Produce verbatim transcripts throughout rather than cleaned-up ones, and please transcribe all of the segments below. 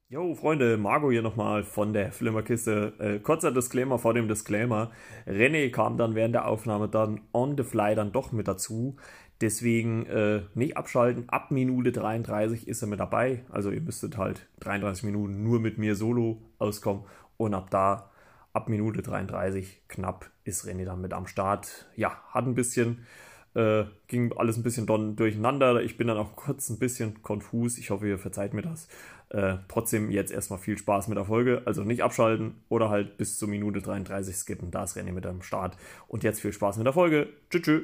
Jo, Freunde, Marco hier nochmal von der Flimmerkiste. Äh, kurzer Disclaimer vor dem Disclaimer. René kam dann während der Aufnahme dann on the fly dann doch mit dazu. Deswegen äh, nicht abschalten. Ab Minute dreiunddreißig ist er mit dabei. Also ihr müsstet halt dreiunddreißig Minuten nur mit mir solo auskommen. Und ab da, ab Minute dreiunddreißig knapp, ist René dann mit am Start. Ja, hat ein bisschen äh, ging alles ein bisschen don durcheinander. Ich bin dann auch kurz ein bisschen konfus. Ich hoffe, ihr verzeiht mir das. Äh, trotzdem jetzt erstmal viel Spaß mit der Folge. Also nicht abschalten oder halt bis zur Minute dreiunddreißig skippen. Da ist René mit am Start. Und jetzt viel Spaß mit der Folge. Tschüss, tschüss.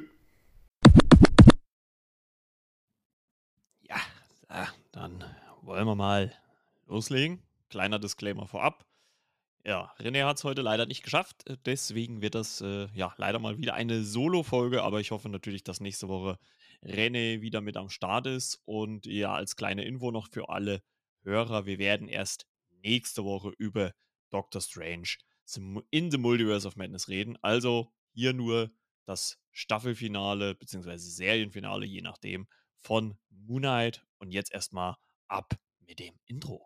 Ja, ah, dann wollen wir mal loslegen. Kleiner Disclaimer vorab. Ja, René hat es heute leider nicht geschafft. äh, Deswegen wird das äh, ja leider mal wieder eine Solo-Folge. Aber ich hoffe natürlich, dass nächste Woche René wieder mit am Start ist. Und ja, als kleine Info noch für alle Hörer: Wir werden erst nächste Woche über Doctor Strange in the Multiverse of Madness reden. Also hier nur das Staffelfinale bzw. Serienfinale, je nachdem, von Moon Knight. Und jetzt erstmal ab mit dem Intro.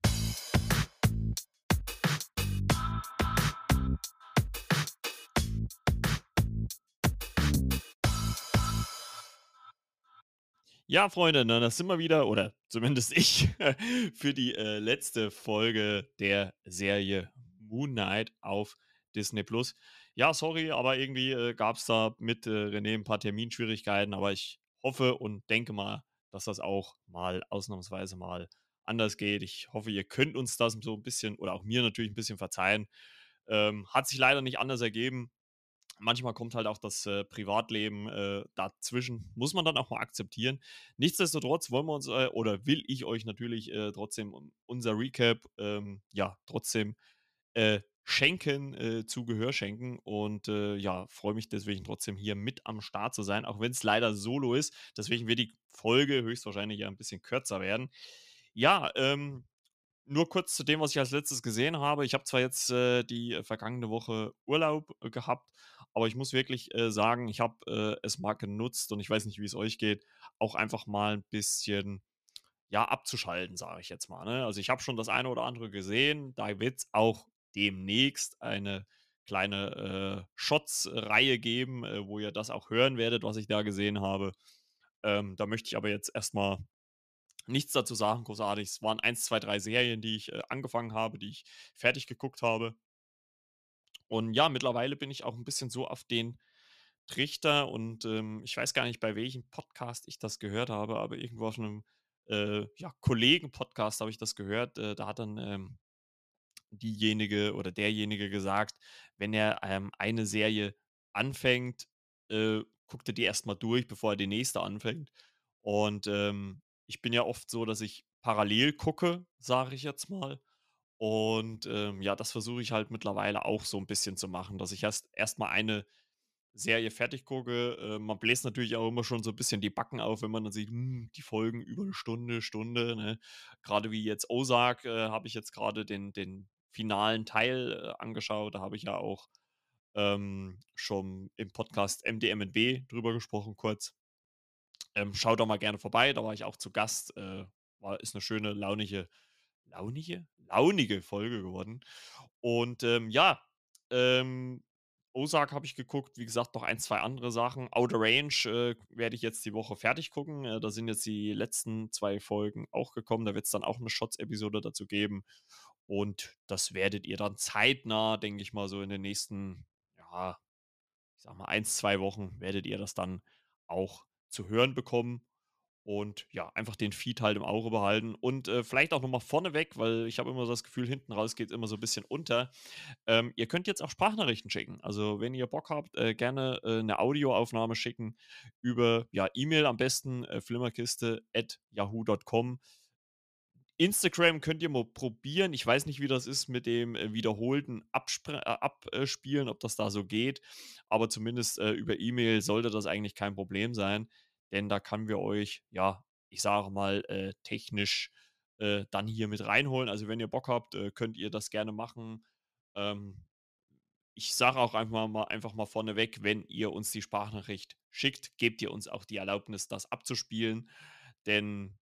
Ja, Freunde, na, das sind wir wieder, oder zumindest ich, für die äh, letzte Folge der Serie Moon Knight auf Disney Plus. Ja, sorry, aber irgendwie äh, gab es da mit äh, René ein paar Terminschwierigkeiten, aber ich hoffe und denke mal, dass das auch mal ausnahmsweise mal anders geht. Ich hoffe, ihr könnt uns das so ein bisschen oder auch mir natürlich ein bisschen verzeihen. Ähm, hat sich leider nicht anders ergeben. Manchmal kommt halt auch das äh, Privatleben äh, dazwischen, muss man dann auch mal akzeptieren. Nichtsdestotrotz wollen wir uns äh, oder will ich euch natürlich äh, trotzdem un- unser Recap ähm, ja trotzdem äh, schenken, äh, zu Gehör schenken und äh, ja, freue mich deswegen trotzdem hier mit am Start zu sein, auch wenn es leider solo ist. Deswegen wird die Folge höchstwahrscheinlich ja ein bisschen kürzer werden. Ja, ähm, nur kurz zu dem, was ich als Letztes gesehen habe. Ich habe zwar jetzt äh, die äh, vergangene Woche Urlaub äh, gehabt, aber ich muss wirklich äh, sagen, ich habe äh, es mal genutzt und ich weiß nicht, wie es euch geht, auch einfach mal ein bisschen ja, abzuschalten, sage ich jetzt mal. Ne? Also ich habe schon das eine oder andere gesehen. Da wird es auch demnächst eine kleine äh, Shots-Reihe geben, äh, wo ihr das auch hören werdet, was ich da gesehen habe. Ähm, da möchte ich aber jetzt erstmal nichts dazu sagen, großartig. Es waren eins, zwei, drei Serien, die ich äh, angefangen habe, die ich fertig geguckt habe. Und ja, mittlerweile bin ich auch ein bisschen so auf den Trichter und ähm, ich weiß gar nicht, bei welchem Podcast ich das gehört habe, aber irgendwo auf einem äh, ja, Kollegen-Podcast habe ich das gehört. Äh, da hat dann ähm, diejenige oder derjenige gesagt, wenn er ähm, eine Serie anfängt, äh, guckt er die erstmal durch, bevor er die nächste anfängt. Und ähm, ich bin ja oft so, dass ich parallel gucke, sage ich jetzt mal. Und ähm, ja, das versuche ich halt mittlerweile auch so ein bisschen zu machen, dass ich erst erstmal eine Serie fertig gucke. Äh, man bläst natürlich auch immer schon so ein bisschen die Backen auf, wenn man dann sieht, hm, die Folgen über eine Stunde, Stunde, ne? Grade wie jetzt Ozark, äh, habe ich jetzt gerade den den finalen Teil äh, angeschaut. Da habe ich ja auch ähm, schon im Podcast M D M N B drüber gesprochen kurz. Ähm, schaut doch mal gerne vorbei, da war ich auch zu Gast. Äh, war ist eine schöne, launige launige? Launige Folge geworden. Und, ähm, ja, ähm, Ozark habe ich geguckt, wie gesagt, noch ein zwei andere Sachen. Outer Range, äh, werde ich jetzt die Woche fertig gucken. Äh, da sind jetzt die letzten zwei Folgen auch gekommen. Da wird es dann auch eine Shots-Episode dazu geben. Und das werdet ihr dann zeitnah, denke ich mal, so in den nächsten, ja, ich sage mal eins, zwei Wochen werdet ihr das dann auch zu hören bekommen. Und ja, einfach den Feed halt im Auge behalten und, äh, vielleicht auch noch mal vorneweg, weil ich habe immer so das Gefühl, hinten raus geht's immer so ein bisschen unter. Ähm, ihr könnt jetzt auch Sprachnachrichten schicken. Also, wenn ihr Bock habt, äh, gerne, äh, 'ne Audioaufnahme schicken über, ja, E-Mail am besten, äh, flimmerkiste at yahoo Punkt com. Instagram könnt ihr mal probieren. Ich weiß nicht, wie das ist mit dem, äh, wiederholten Abspre äh, Abspielen, ob das da so geht, aber zumindest, äh, über E-Mail sollte das eigentlich kein Problem sein, denn da können wir euch, ja, ich sage mal, äh, technisch, äh, dann hier mit reinholen. Also, wenn ihr Bock habt, äh, könnt ihr das gerne machen. Ähm, Ich sage auch einfach mal einfach mal vorneweg, wenn ihr uns die Sprachnachricht schickt, gebt ihr uns auch die Erlaubnis, das abzuspielen, denn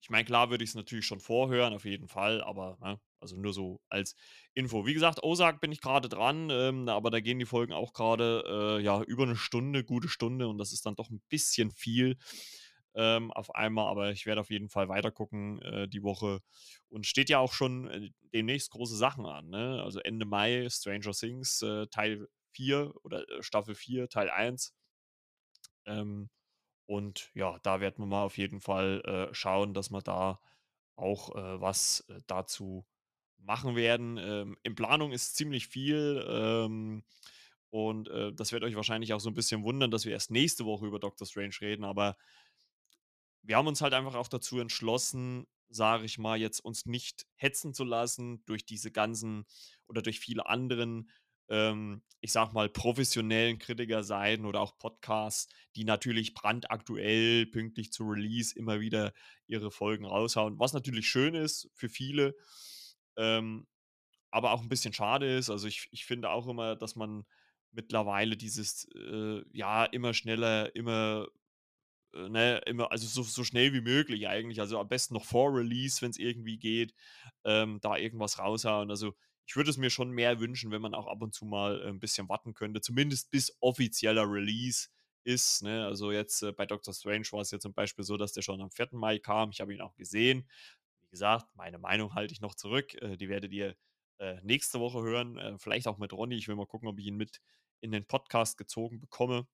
Ich meine, klar würde ich es natürlich schon vorhören, auf jeden Fall, aber, ne, also nur so als Info. Wie gesagt, Ozark bin ich gerade dran, ähm, aber da gehen die Folgen auch gerade äh, ja, über eine Stunde, gute Stunde und das ist dann doch ein bisschen viel, ähm, auf einmal, aber ich werde auf jeden Fall weitergucken, äh, die Woche und steht ja auch schon, äh, demnächst große Sachen an, ne? Also, Ende Mai Stranger Things, äh, Teil vier oder, äh, Staffel vier Teil eins. Ähm, und ja, da werden wir mal auf jeden Fall äh, schauen, dass wir da auch äh, was äh, dazu machen werden. Ähm, in Planung ist ziemlich viel. Ähm, und äh, das wird euch wahrscheinlich auch so ein bisschen wundern, dass wir erst nächste Woche über Doctor Strange reden. Aber wir haben uns halt einfach auch dazu entschlossen, sage ich mal, jetzt uns nicht hetzen zu lassen durch diese ganzen oder durch viele anderen, ähm, ich sag mal, professionellen Kritikerseiten oder auch Podcasts, die natürlich brandaktuell, pünktlich zu Release immer wieder ihre Folgen raushauen, was natürlich schön ist für viele, ähm, aber auch ein bisschen schade ist. Also ich, ich finde auch immer, dass man mittlerweile dieses, äh, ja, immer schneller, immer äh, ne, immer, also so, so schnell wie möglich eigentlich. Also am besten noch vor Release, wenn es irgendwie geht, ähm, da irgendwas raushauen. Also ich würde es mir schon mehr wünschen, wenn man auch ab und zu mal äh, ein bisschen warten könnte, zumindest bis offizieller Release ist. Ne? Also jetzt äh, bei Doctor Strange war es ja zum Beispiel so, dass der schon am vierten Mai kam. Ich habe ihn auch gesehen. Wie gesagt, meine Meinung halte ich noch zurück. Äh, die werdet ihr äh, nächste Woche hören. Äh, vielleicht auch mit Ronny. Ich will mal gucken, ob ich ihn mit in den Podcast gezogen bekomme.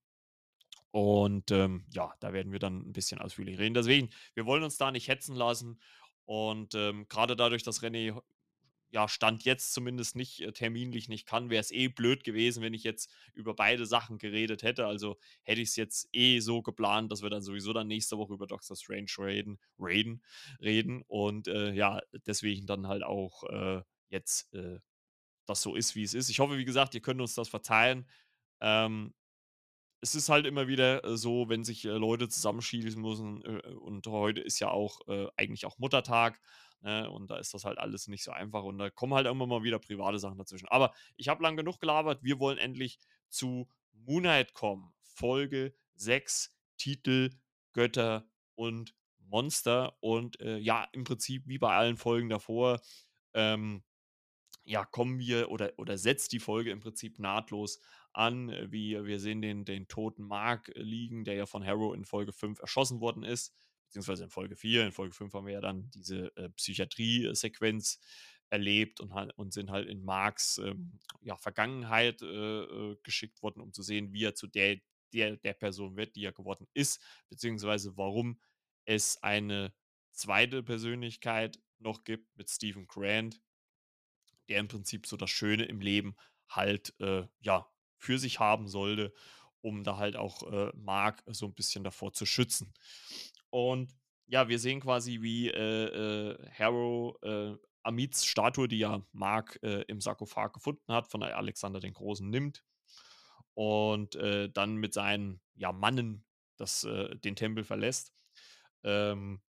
Und ähm, ja, da werden wir dann ein bisschen ausführlich reden. Deswegen, wir wollen uns da nicht hetzen lassen. Und ähm, gerade dadurch, dass René ja, Stand jetzt zumindest nicht äh, terminlich nicht kann, wäre es eh blöd gewesen, wenn ich jetzt über beide Sachen geredet hätte. Also hätte ich es jetzt eh so geplant, dass wir dann sowieso dann nächste Woche über Doctor Strange reden, reden, reden. Und äh, ja, deswegen dann halt auch äh, jetzt äh, das so ist, wie es ist. Ich hoffe, wie gesagt, ihr könnt uns das verzeihen. Ähm, Es ist halt immer wieder äh, so, wenn sich äh, Leute zusammenschließen müssen, äh, und heute ist ja auch äh, eigentlich auch Muttertag, ne, und da ist das halt alles nicht so einfach und da kommen halt immer mal wieder private Sachen dazwischen. Aber ich habe lang genug gelabert, wir wollen endlich zu Moon Knight kommen. Folge sechs, Titel, Götter und Monster und äh, ja, im Prinzip wie bei allen Folgen davor, ähm, ja, kommen wir oder oder setzt die Folge im Prinzip nahtlos an. Äh, wie wir sehen den den toten Mark äh, liegen, der ja von Harrow in Folge fünf erschossen worden ist, beziehungsweise in Folge vier. In Folge fünf haben wir ja dann diese äh, Psychiatrie-Sequenz erlebt und, halt, und sind halt in Marks ähm, ja, Vergangenheit äh, äh, geschickt worden, um zu sehen, wie er zu der, der, der Person wird, die er geworden ist, beziehungsweise warum es eine zweite Persönlichkeit noch gibt mit Stephen Grant, der im Prinzip so das Schöne im Leben halt, äh, ja, für sich haben sollte, um da halt auch äh, Mark so ein bisschen davor zu schützen. Und ja, wir sehen quasi, wie äh, äh, Harrow äh, Amids Statue, die ja Mark äh, im Sarkophag gefunden hat, von Alexander den Großen nimmt und äh, dann mit seinen ja, Mannen das, äh, den Tempel verlässt. Ähm,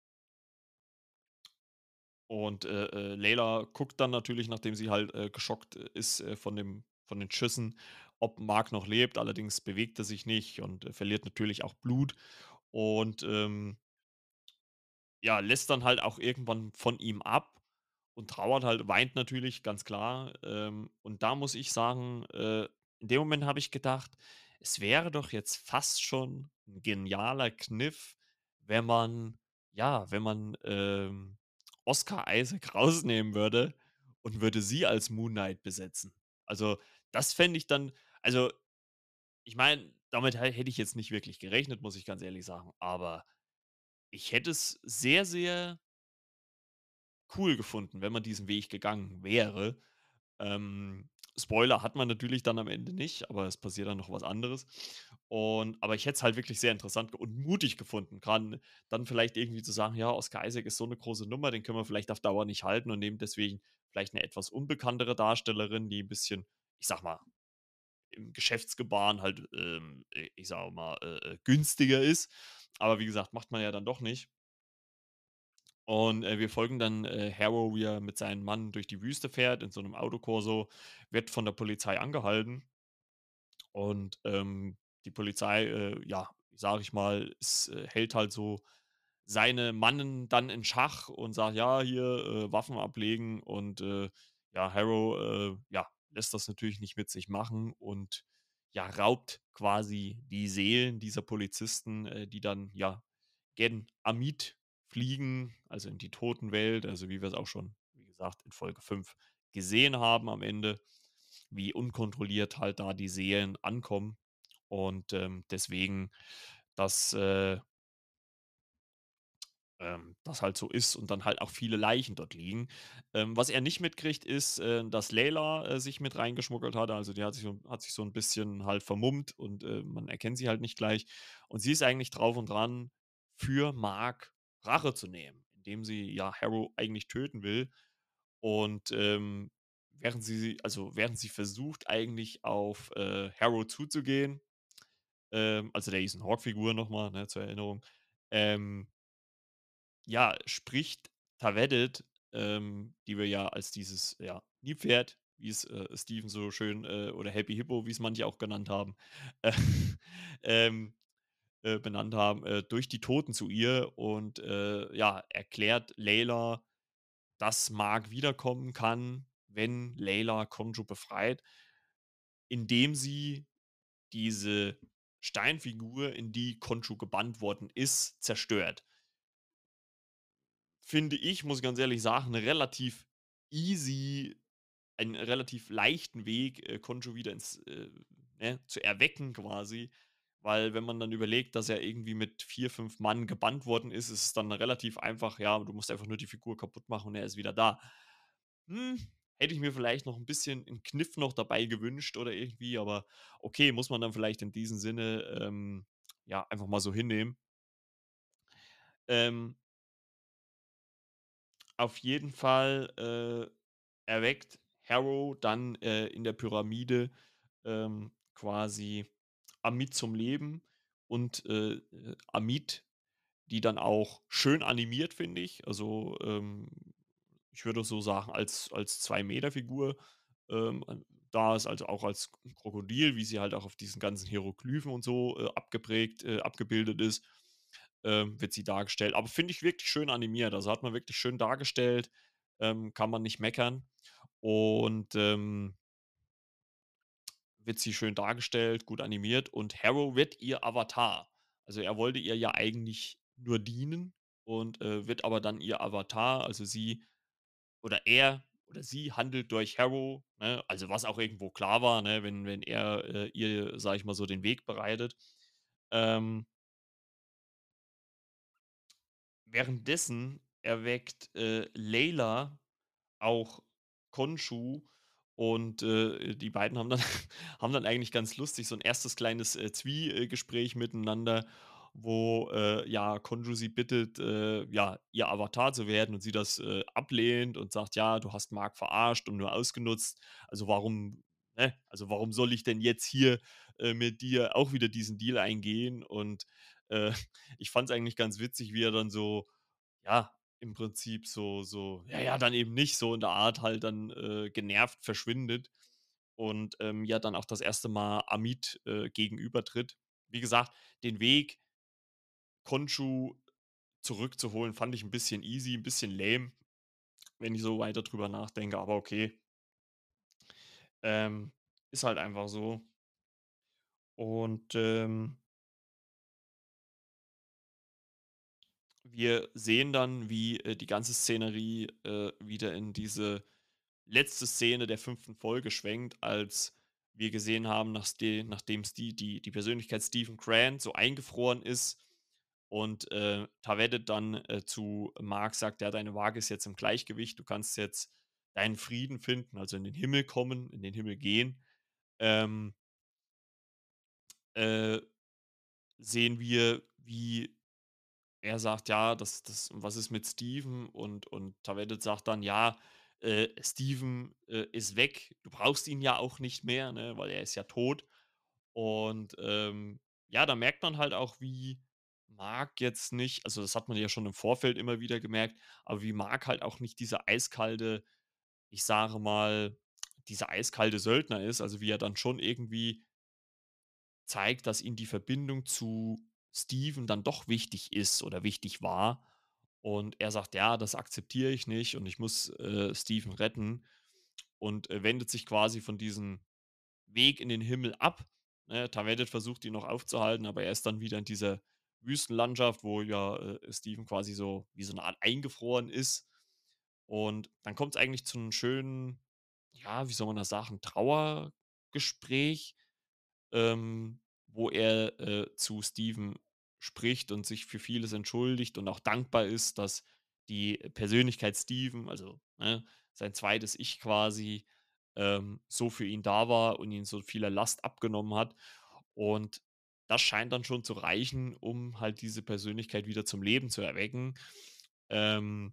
Und, äh, äh, Layla guckt dann natürlich, nachdem sie halt, äh, geschockt äh, ist, äh, von dem von den Schüssen, ob Mark noch lebt. Allerdings bewegt er sich nicht und, äh, verliert natürlich auch Blut und, ähm, ja, lässt dann halt auch irgendwann von ihm ab und trauert halt, weint natürlich, ganz klar. Ähm, und da muss ich sagen, äh, in dem Moment habe ich gedacht, es wäre doch jetzt fast schon ein genialer Kniff, wenn man ja, wenn man, ähm, Oscar Isaac rausnehmen würde und würde sie als Moon Knight besetzen. Also, das fände ich dann, also, ich meine, damit hä hätte ich jetzt nicht wirklich gerechnet, muss ich ganz ehrlich sagen, aber ich hätte es sehr, sehr cool gefunden, wenn man diesen Weg gegangen wäre. Ähm, Spoiler hat man natürlich dann am Ende nicht, aber es passiert dann noch was anderes. Und, aber ich hätte es halt wirklich sehr interessant und mutig gefunden, gerade dann vielleicht irgendwie zu sagen, ja, Oscar Isaac ist so eine große Nummer, den können wir vielleicht auf Dauer nicht halten und nehmen deswegen vielleicht eine etwas unbekanntere Darstellerin, die ein bisschen, ich sag mal, im Geschäftsgebaren halt, ähm, ich sag mal, äh, äh, günstiger ist. Aber wie gesagt, macht man ja dann doch nicht. Und, äh, wir folgen dann, äh, Harrow, wie er mit seinem Mann durch die Wüste fährt in so einem Autokorso, wird von der Polizei angehalten und, ähm, die Polizei, äh, ja, sage ich mal, es, äh, hält halt so seine Mannen dann in Schach und sagt: „Ja, hier, äh, Waffen ablegen." Und, äh, ja, Harrow, äh, ja, lässt das natürlich nicht mit sich machen und, ja, raubt quasi die Seelen dieser Polizisten, äh, die dann, ja, gen Amit fliegen, also in die Totenwelt, also wie wir es auch schon, wie gesagt, in Folge fünf gesehen haben am Ende, wie unkontrolliert halt da die Seelen ankommen und, ähm, deswegen, dass, äh ähm, das halt so ist und dann halt auch viele Leichen dort liegen. Ähm, was er nicht mitkriegt, ist, äh, dass Layla, äh, sich mit reingeschmuggelt hat. Also, die hat sich so hat sich so ein bisschen halt vermummt und, äh, man erkennt sie halt nicht gleich. Und sie ist eigentlich drauf und dran, für Mark Rache zu nehmen, indem sie, ja, Harrow eigentlich töten will. Und, ähm, während sie also, während sie versucht, eigentlich auf, äh, Harrow zuzugehen, ähm, also der Ethan Hawke-Figur noch mal, ne, zur Erinnerung, ähm ja, spricht Tavedet, ähm, die wir ja als dieses, ja, Nilpferd, wie es, äh, Steven so schön, äh, oder Happy Hippo, wie es manche auch genannt haben, äh, ähm, äh, benannt haben, äh, durch die Toten zu ihr und, äh, ja, erklärt Layla, dass Mark wiederkommen kann, wenn Layla Konjo befreit, indem sie diese Steinfigur, in die Konjo gebannt worden ist, zerstört. Finde ich, muss ich ganz ehrlich sagen, 'ne relativ easy einen relativ leichten Weg, äh, Konjo wieder ins äh, ne, zu erwecken quasi. Weil wenn man dann überlegt, dass er irgendwie mit vier fünf Mann gebannt worden ist, ist es dann relativ einfach, ja, du musst einfach nur die Figur kaputt machen und er ist wieder da. Hm, hätte ich mir vielleicht noch ein bisschen 'n Kniff noch dabei gewünscht oder irgendwie, aber okay, muss man dann vielleicht in diesem Sinne, ähm, ja, einfach mal so hinnehmen. Ähm, Auf jeden Fall, äh, erweckt Harrow dann, äh, in der Pyramide, ähm, quasi Amit zum Leben und, äh, äh, Amit, die dann auch schön animiert, finde ich. Also, ähm, ich würde so sagen, als als zwei Meter Figur, ähm, an da ist also auch als Krokodil, wie sie halt auch auf diesen ganzen Hieroglyphen und so, äh, abgeprägt äh, abgebildet ist, ähm, wird sie dargestellt. Aber finde ich wirklich schön animiert. Also, hat man wirklich schön dargestellt, ähm, kann man nicht meckern. Und, ähm, wird sie schön dargestellt, gut animiert und Harrow wird ihr Avatar. Also, er wollte ihr ja eigentlich nur dienen und, äh, wird aber dann ihr Avatar. Also, sie oder er oder sie handelt durch Harrow, ne? Also, was auch irgendwo klar war, ne, wenn wenn er, äh, ihr, sage ich mal so, den Weg bereitet. Ähm, Währenddessen erweckt, äh, Layla auch Khonshu und, äh, die beiden haben dann haben dann eigentlich ganz lustig so ein erstes kleines, äh, Zwiegespräch miteinander, wo, äh, ja, Khonshu sie bittet, äh, ja, ihr Avatar zu werden und sie das, äh, ablehnt und sagt: „Ja, du hast Mark verarscht und nur ausgenutzt. Also, warum ne, also, warum soll ich denn jetzt hier, äh, mit dir auch wieder diesen Deal eingehen?" Und, äh, ich fand es eigentlich ganz witzig, wie er dann so ja, im Prinzip so so ja, ja, dann eben nicht so in der Art halt dann, äh, genervt verschwindet und, ähm, ja, dann auch das erste Mal Amit, äh, gegenübertritt. Wie gesagt, den Weg, Khonshu zurückzuholen, fand ich ein bisschen easy, ein bisschen lame, wenn ich so weiter drüber nachdenke, aber okay. Ähm, Ist halt einfach so. Und, ähm, wir sehen dann, wie, äh, die ganze Szenerie, äh, wieder in diese letzte Szene der fünften Folge schwenkt, als wir gesehen haben, nach Ste nachdem Ste die die Persönlichkeit Stephen Grant so eingefroren ist und, äh, Tavedet dann, äh, zu Mark sagt: „Ja, deine Waage ist jetzt im Gleichgewicht. Du kannst jetzt deinen Frieden finden, also in den Himmel kommen, in den Himmel gehen." Ähm, äh, Sehen wir, wie er sagt: „Ja, das das was ist mit Steven?" Und und Tavedet sagt dann: „Ja, äh, Steven, äh, ist weg. Du brauchst ihn ja auch nicht mehr, ne, weil er ist ja tot." Und, ähm, ja, da merkt man halt auch, wie Mark jetzt nicht also, das hat man ja schon im Vorfeld immer wieder gemerkt, aber wie Mark halt auch nicht dieser eiskalte ich sage mal, dieser eiskalte Söldner ist, also, wie er dann schon irgendwie zeigt, dass ihn die Verbindung zu Steven dann doch wichtig ist oder wichtig war. Und er sagt, ja, das akzeptiere ich nicht und ich muss äh, Steven retten und äh, wendet sich quasi von diesem Weg in den Himmel ab. Ne? Tavedet versucht ihn noch aufzuhalten, aber er ist dann wieder in dieser Wüstenlandschaft, wo ja äh, Steven quasi so wie so eine Art eingefroren ist. Und dann kommt es eigentlich zu einem schönen, ja, wie soll man das sagen, Trauergespräch, ähm, wo er äh, zu Steven spricht und sich für vieles entschuldigt und auch dankbar ist, dass die Persönlichkeit Steven, also ne, sein zweites Ich quasi, ähm, so für ihn da war und ihn so viele Last abgenommen hat. Und das scheint dann schon zu reichen, um halt diese Persönlichkeit wieder zum Leben zu erwecken. Ähm,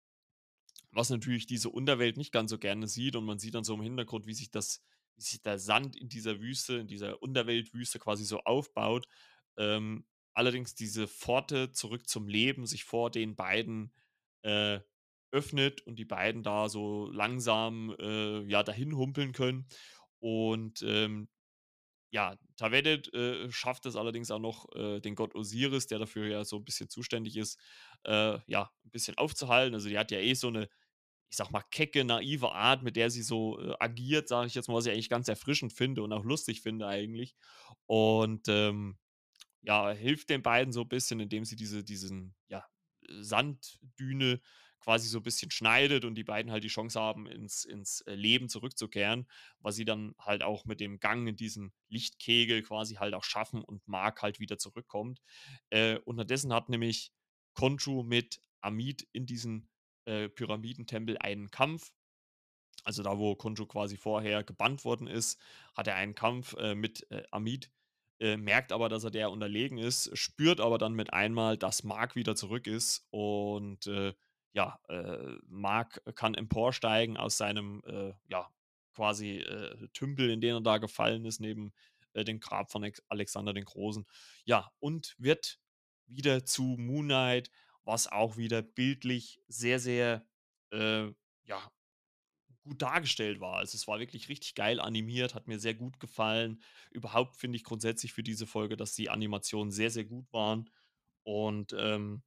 was natürlich diese Unterwelt nicht ganz so gerne sieht und man sieht dann so im Hintergrund, wie sich das wie sich der Sand in dieser Wüste, in dieser Unterweltwüste quasi so aufbaut. Ähm, allerdings diese Pforte zurück zum Leben sich vor den beiden äh, öffnet und die beiden da so langsam äh, ja dahin humpeln können. Und ähm, ja, Tavedet äh, schafft es allerdings auch noch, äh, den Gott Osiris, der dafür ja so ein bisschen zuständig ist, äh, ja, ein bisschen aufzuhalten. Also die hat ja eh so eine, ich sag mal, kecke, naive Art, mit der sie so äh, agiert, sage ich jetzt mal, was ich eigentlich ganz erfrischend finde und auch lustig finde eigentlich. Und ähm, ja, hilft den beiden so ein bisschen, indem sie diese diesen, ja, äh, Sanddüne quasi so ein bisschen schneidet und die beiden halt die Chance haben, ins ins, äh, Leben zurückzukehren, was sie dann halt auch mit dem Gang in diesen Lichtkegel quasi halt auch schaffen und Mark halt wieder zurückkommt. Äh, unterdessen hat nämlich Khonshu mit Amid in diesen, äh, Pyramidentempel einen Kampf, also da, wo Konjo quasi vorher gebannt worden ist, hat er einen Kampf äh, mit äh, Amid, äh, merkt aber, dass er der unterlegen ist, spürt aber dann mit einmal, dass Mark wieder zurück ist und äh, ja, äh, Mark kann emporsteigen aus seinem, äh, ja, quasi äh, Tümpel, in den er da gefallen ist, neben äh, dem Grab von Ex Alexander den Großen. Ja, und wird wieder zu Moon Knight, was auch wieder bildlich sehr, sehr äh, ja, gut dargestellt war. Also, es war wirklich richtig geil animiert, hat mir sehr gut gefallen. Überhaupt finde ich grundsätzlich für diese Folge, dass die Animationen sehr, sehr gut waren und, ähm,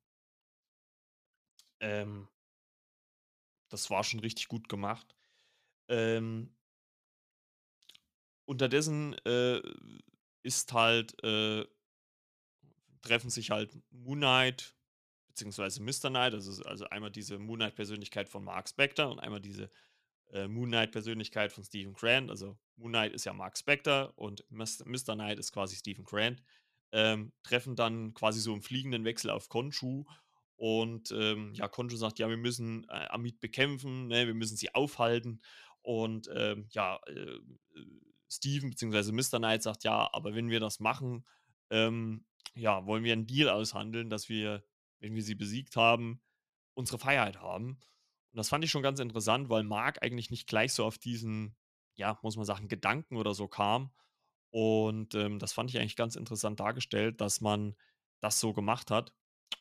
ähm, das war schon richtig gut gemacht. Ähm, unterdessen, äh, ist halt, äh treffen sich halt Moon Knight beziehungsweise Mister Knight, also also einmal diese Moon Knight-Persönlichkeit von Mark Spector und einmal diese äh, Moon Knight-Persönlichkeit von Stephen Grant. Also Moon Knight ist ja Mark Spector und Mis- Mister Knight ist quasi Stephen Grant. Ähm, treffen dann quasi so im fliegenden Wechsel auf Khonshu. Und ähm, ja, Khonshu sagt, ja, wir müssen äh, Amit bekämpfen, ne, wir müssen sie aufhalten. Und ähm, ja, äh, äh, Stephen bzw. Mister Knight sagt, ja, aber wenn wir das machen, ähm, ja, wollen wir einen Deal aushandeln, dass wir, wenn wir sie besiegt haben, unsere Freiheit haben. Und das fand ich schon ganz interessant, weil Mark eigentlich nicht gleich so auf diesen, ja, muss man sagen, Gedanken oder so kam. Und ähm, das fand ich eigentlich ganz interessant dargestellt, dass man das so gemacht hat.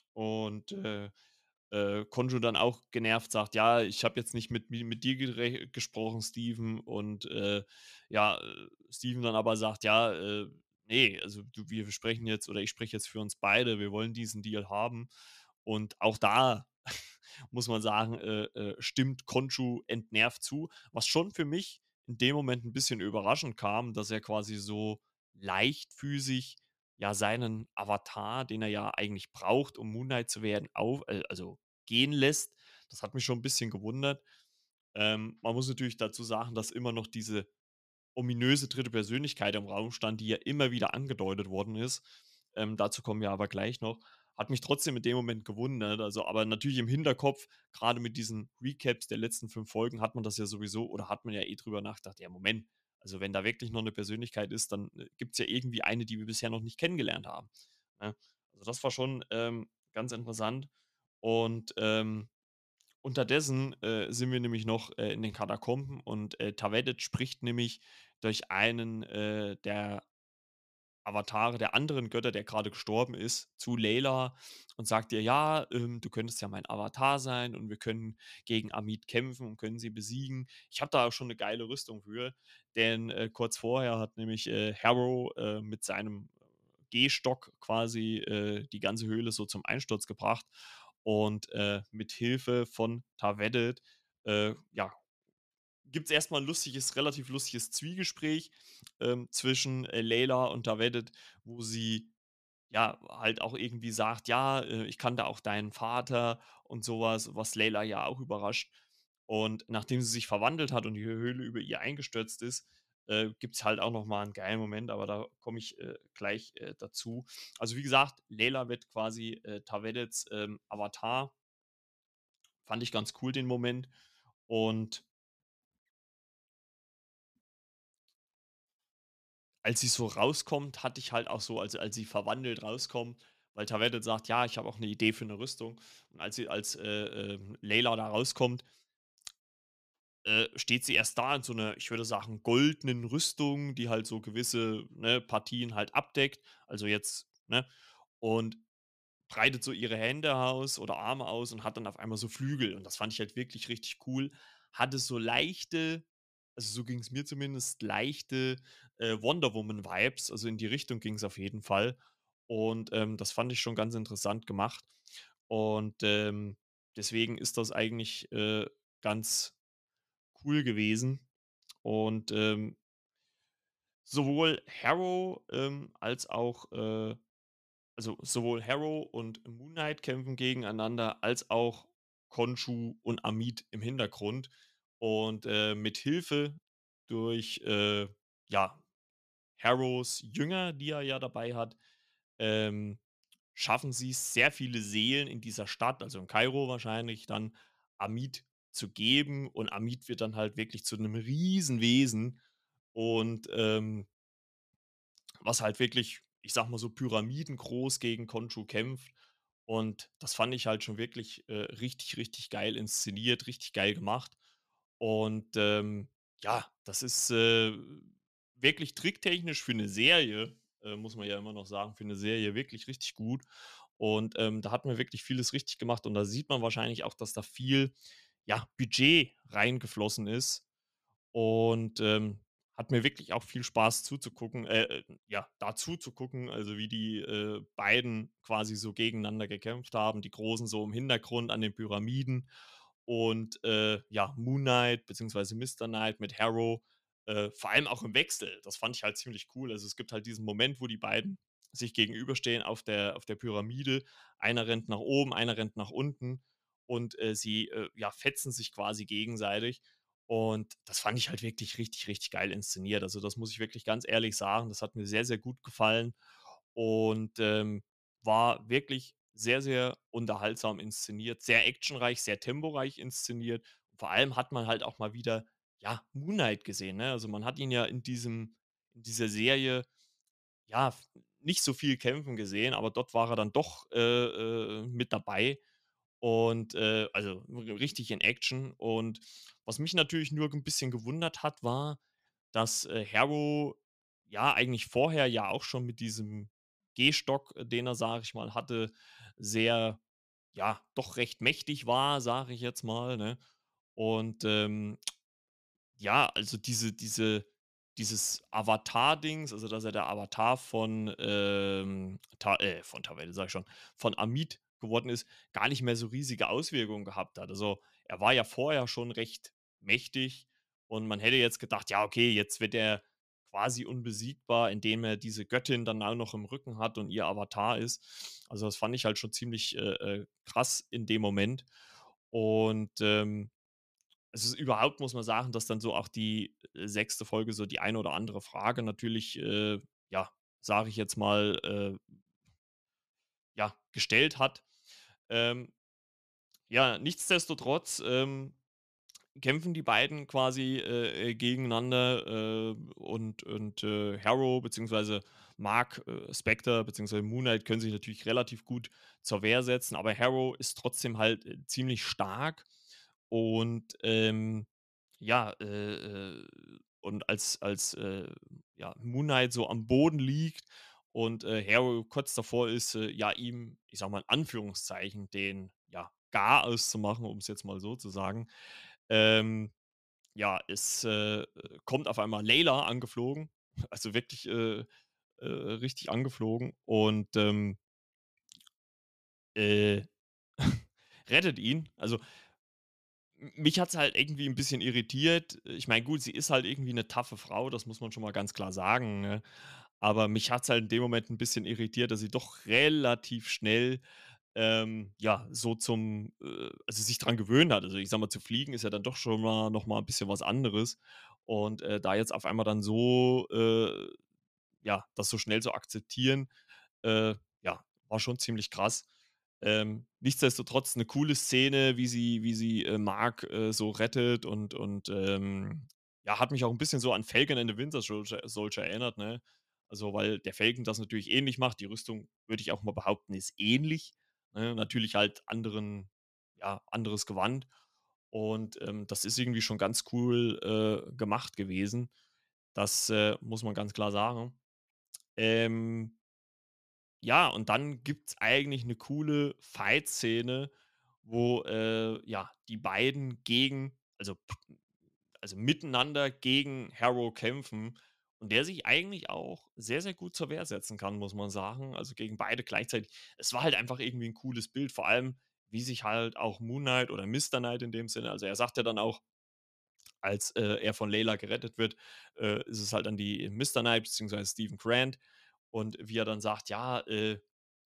Und äh, äh, Konjo dann auch genervt sagt, ja, ich habe jetzt nicht mit, mi- mit dir gere- gesprochen, Steven. Und äh, ja, äh, Steven dann aber sagt, ja, äh, nee, also du, wir sprechen jetzt oder ich spreche jetzt für uns beide, wir wollen diesen Deal haben. Und auch da muss man sagen, äh, äh, stimmt Konchu entnervt zu, was schon für mich in dem Moment ein bisschen überraschend kam, dass er quasi so leichtfüßig ja seinen Avatar, den er ja eigentlich braucht, um Moon Knight zu werden, auf, äh, also gehen lässt. Das hat mich schon ein bisschen gewundert. Ähm, man muss natürlich dazu sagen, dass immer noch diese ominöse dritte Persönlichkeit im Raum stand, die ja immer wieder angedeutet worden ist. Ähm, dazu kommen wir aber gleich noch. Hat mich trotzdem in dem Moment gewundert. Also, aber natürlich im Hinterkopf, gerade mit diesen Recaps der letzten fünf Folgen, hat man das ja sowieso oder hat man ja eh drüber nachgedacht, ja, Moment, also wenn da wirklich noch eine Persönlichkeit ist, dann äh, gibt es ja irgendwie eine, die wir bisher noch nicht kennengelernt haben. Ne? Also, das war schon ähm, ganz interessant. Und ähm, unterdessen äh, sind wir nämlich noch äh, in den Katakomben und äh, Tavedet spricht nämlich durch einen äh, der Avatare der anderen Götter, der gerade gestorben ist, zu Layla und sagt ihr, ja, ähm, du könntest ja mein Avatar sein und wir können gegen Amit kämpfen und können sie besiegen. Ich habe da auch schon eine geile Rüstung für, denn äh, kurz vorher hat nämlich äh, Harrow äh, mit seinem Gehstock quasi äh, die ganze Höhle so zum Einsturz gebracht. Und äh, mit Hilfe von Tarvedit, äh, ja, gibt es erstmal ein lustiges, relativ lustiges Zwiegespräch ähm, zwischen äh, Layla und Tarvedit, wo sie ja, halt auch irgendwie sagt: „Ja, äh, ich kannte auch deinen Vater“ und sowas, was Layla ja auch überrascht. Und nachdem sie sich verwandelt hat und die Höhle über ihr eingestürzt ist, äh, gibt's halt auch noch mal 'n geilen Moment, aber da komme ich, äh, gleich, äh, dazu. Also, wie gesagt, Layla wird quasi, äh, Tarvedits, ähm, Avatar. Fand ich ganz cool den Moment. Und als sie so rauskommt, hatte ich halt auch so, als als sie verwandelt rauskommt, weil Tarvedit sagt: „Ja, ich habe auch eine Idee für eine Rüstung.“ Und als sie als, äh, ähm, Layla da rauskommt, äh, steht sie erst da in so einer, ich würde sagen, goldenen Rüstung, die halt so gewisse, ne, Partien halt abdeckt. Also jetzt, ne? Und breitet so ihre Hände aus oder Arme aus und hat dann auf einmal so Flügel. Und das fand ich halt wirklich richtig cool. Hatte so leichte, also so ging es mir zumindest, leichte äh, Wonder Woman-Vibes. Also in die Richtung ging es auf jeden Fall. Und ähm, das fand ich schon ganz interessant gemacht. Und ähm, deswegen ist das eigentlich äh, ganz cool gewesen. Und ähm, sowohl Harrow ähm, als auch äh, also sowohl Harrow und Moon Knight kämpfen gegeneinander, als auch Khonshu und Amit im Hintergrund. Und äh, mit Hilfe durch äh, ja, Harrows Jünger, die er ja dabei hat, ähm, schaffen sie es, sehr viele Seelen in dieser Stadt, also in Kairo wahrscheinlich, dann Amit zu geben. Und Amit wird dann halt wirklich zu einem Riesenwesen. Und ähm, was halt wirklich, ich sag mal so, pyramidengroß gegen Khonshu kämpft. Und das fand ich halt schon wirklich äh, richtig, richtig geil inszeniert, richtig geil gemacht. Und ähm, ja, das ist äh, wirklich tricktechnisch für eine Serie, äh, muss man ja immer noch sagen, für eine Serie wirklich richtig gut. Und ähm, da hat man wirklich vieles richtig gemacht. Und da sieht man wahrscheinlich auch, dass da viel ja, Budget reingeflossen ist. Und ähm, hat mir wirklich auch viel Spaß zuzugucken, äh, äh, ja, dazu zu gucken, also wie die äh, beiden quasi so gegeneinander gekämpft haben, die Großen so im Hintergrund an den Pyramiden und äh, ja, Moon Knight beziehungsweise Mister Knight mit Harrow, äh, vor allem auch im Wechsel. Das fand ich halt ziemlich cool. Also es gibt halt diesen Moment, wo die beiden sich gegenüberstehen auf der, auf der Pyramide. Einer rennt nach oben, einer rennt nach unten und äh, sie äh, ja, fetzen sich quasi gegenseitig. Und das fand ich halt wirklich richtig, richtig geil inszeniert. Also, das muss ich wirklich ganz ehrlich sagen. Das hat mir sehr, sehr gut gefallen und ähm, war wirklich sehr, sehr unterhaltsam inszeniert, sehr actionreich, sehr temporeich inszeniert. Vor allem hat man halt auch mal wieder, ja, Moon Knight gesehen. Ne? Also, man hat ihn ja in diesem, in dieser Serie ja, f nicht so viel kämpfen gesehen, aber dort war er dann doch äh, äh, mit dabei und, äh, also r richtig in Action. Und was mich natürlich nur ein bisschen gewundert hat, war, dass äh, Harrow ja eigentlich vorher ja auch schon mit diesem Gehstock, äh, den er, sage ich mal, hatte, sehr, ja, doch recht mächtig war, sage ich jetzt mal, ne? Und ähm, ja, also diese diese dieses Avatar-Dings, also dass er der Avatar von, ähm, Ta äh, von Tawel, sage ich schon, von Amit geworden ist, gar nicht mehr so riesige Auswirkungen gehabt hat. Also, er war ja vorher schon recht mächtig und man hätte jetzt gedacht: „Ja, okay, jetzt wird er quasi unbesiegbar, indem er diese Göttin dann auch noch im Rücken hat und ihr Avatar ist.“ Also, das fand ich halt schon ziemlich, äh, äh, krass in dem Moment. Und, ähm es ist überhaupt, muss man sagen, dass dann so auch die äh, sechste Folge so die eine oder andere Frage natürlich, äh, ja, sage ich jetzt mal, äh, ja, gestellt hat. Ähm, ja, nichtsdestotrotz, ähm, kämpfen die beiden quasi äh, äh, gegeneinander äh, und, und äh, Harrow bzw. Mark äh, Spectre bzw. Moon Knight können sich natürlich relativ gut zur Wehr setzen, aber Harrow ist trotzdem halt äh, ziemlich stark und ähm, ja, äh, äh, und als, als äh, ja, Moon Knight so am Boden liegt und äh, Harrow kurz davor ist, äh, ja, ihm, ich sag mal in Anführungszeichen, den ja, Gar auszumachen, um es jetzt mal so zu sagen, ähm, ja, es äh, kommt auf einmal Layla angeflogen. Also wirklich äh, äh, richtig angeflogen und, ähm, äh, rettet ihn. Also, m mich hat's halt irgendwie ein bisschen irritiert. Ich meine, gut, sie ist halt irgendwie eine taffe Frau, das muss man schon mal ganz klar sagen, ne? Aber mich hat's halt in dem Moment ein bisschen irritiert, dass sie doch relativ schnell, ähm, ja, so zum äh, also, sich dran gewöhnt hat. Also, ich sage mal, zu fliegen ist ja dann doch schon mal noch mal 'n bisschen was anderes. Und, äh, da jetzt auf einmal dann so, äh ja, das so schnell zu akzeptieren, äh, ja, war schon ziemlich krass. Ähm, nichtsdestotrotz eine coole Szene, wie sie wie sie, äh, Mark, äh, so rettet und und, ähm, ja, hat mich auch ein bisschen so an Falcon and the Winter Soldier Soldier erinnert, ne? Also, weil der Falcon das natürlich ähnlich macht. Die Rüstung, würde ich auch mal behaupten, ist ähnlich, ne? Natürlich halt anderen ja, anderes Gewand. Und, ähm, das ist irgendwie schon ganz cool, äh, gemacht gewesen. Das, äh, muss man ganz klar sagen. Ähm, ja, und dann gibt's eigentlich eine coole Fight-Szene, wo, äh, ja, die beiden gegen also p also miteinander gegen Harrow kämpfen und der sich eigentlich auch sehr, sehr gut zur Wehr setzen kann, muss man sagen. Also gegen beide gleichzeitig. Es war halt einfach irgendwie ein cooles Bild, vor allem, wie sich halt auch Moon Knight oder Mister Knight in dem Sinne also er sagt ja dann auch, als, äh, er von Layla gerettet wird, äh, ist es halt dann die Mister Knight beziehungsweise Stephen Grant und wie er dann sagt: „Ja, äh,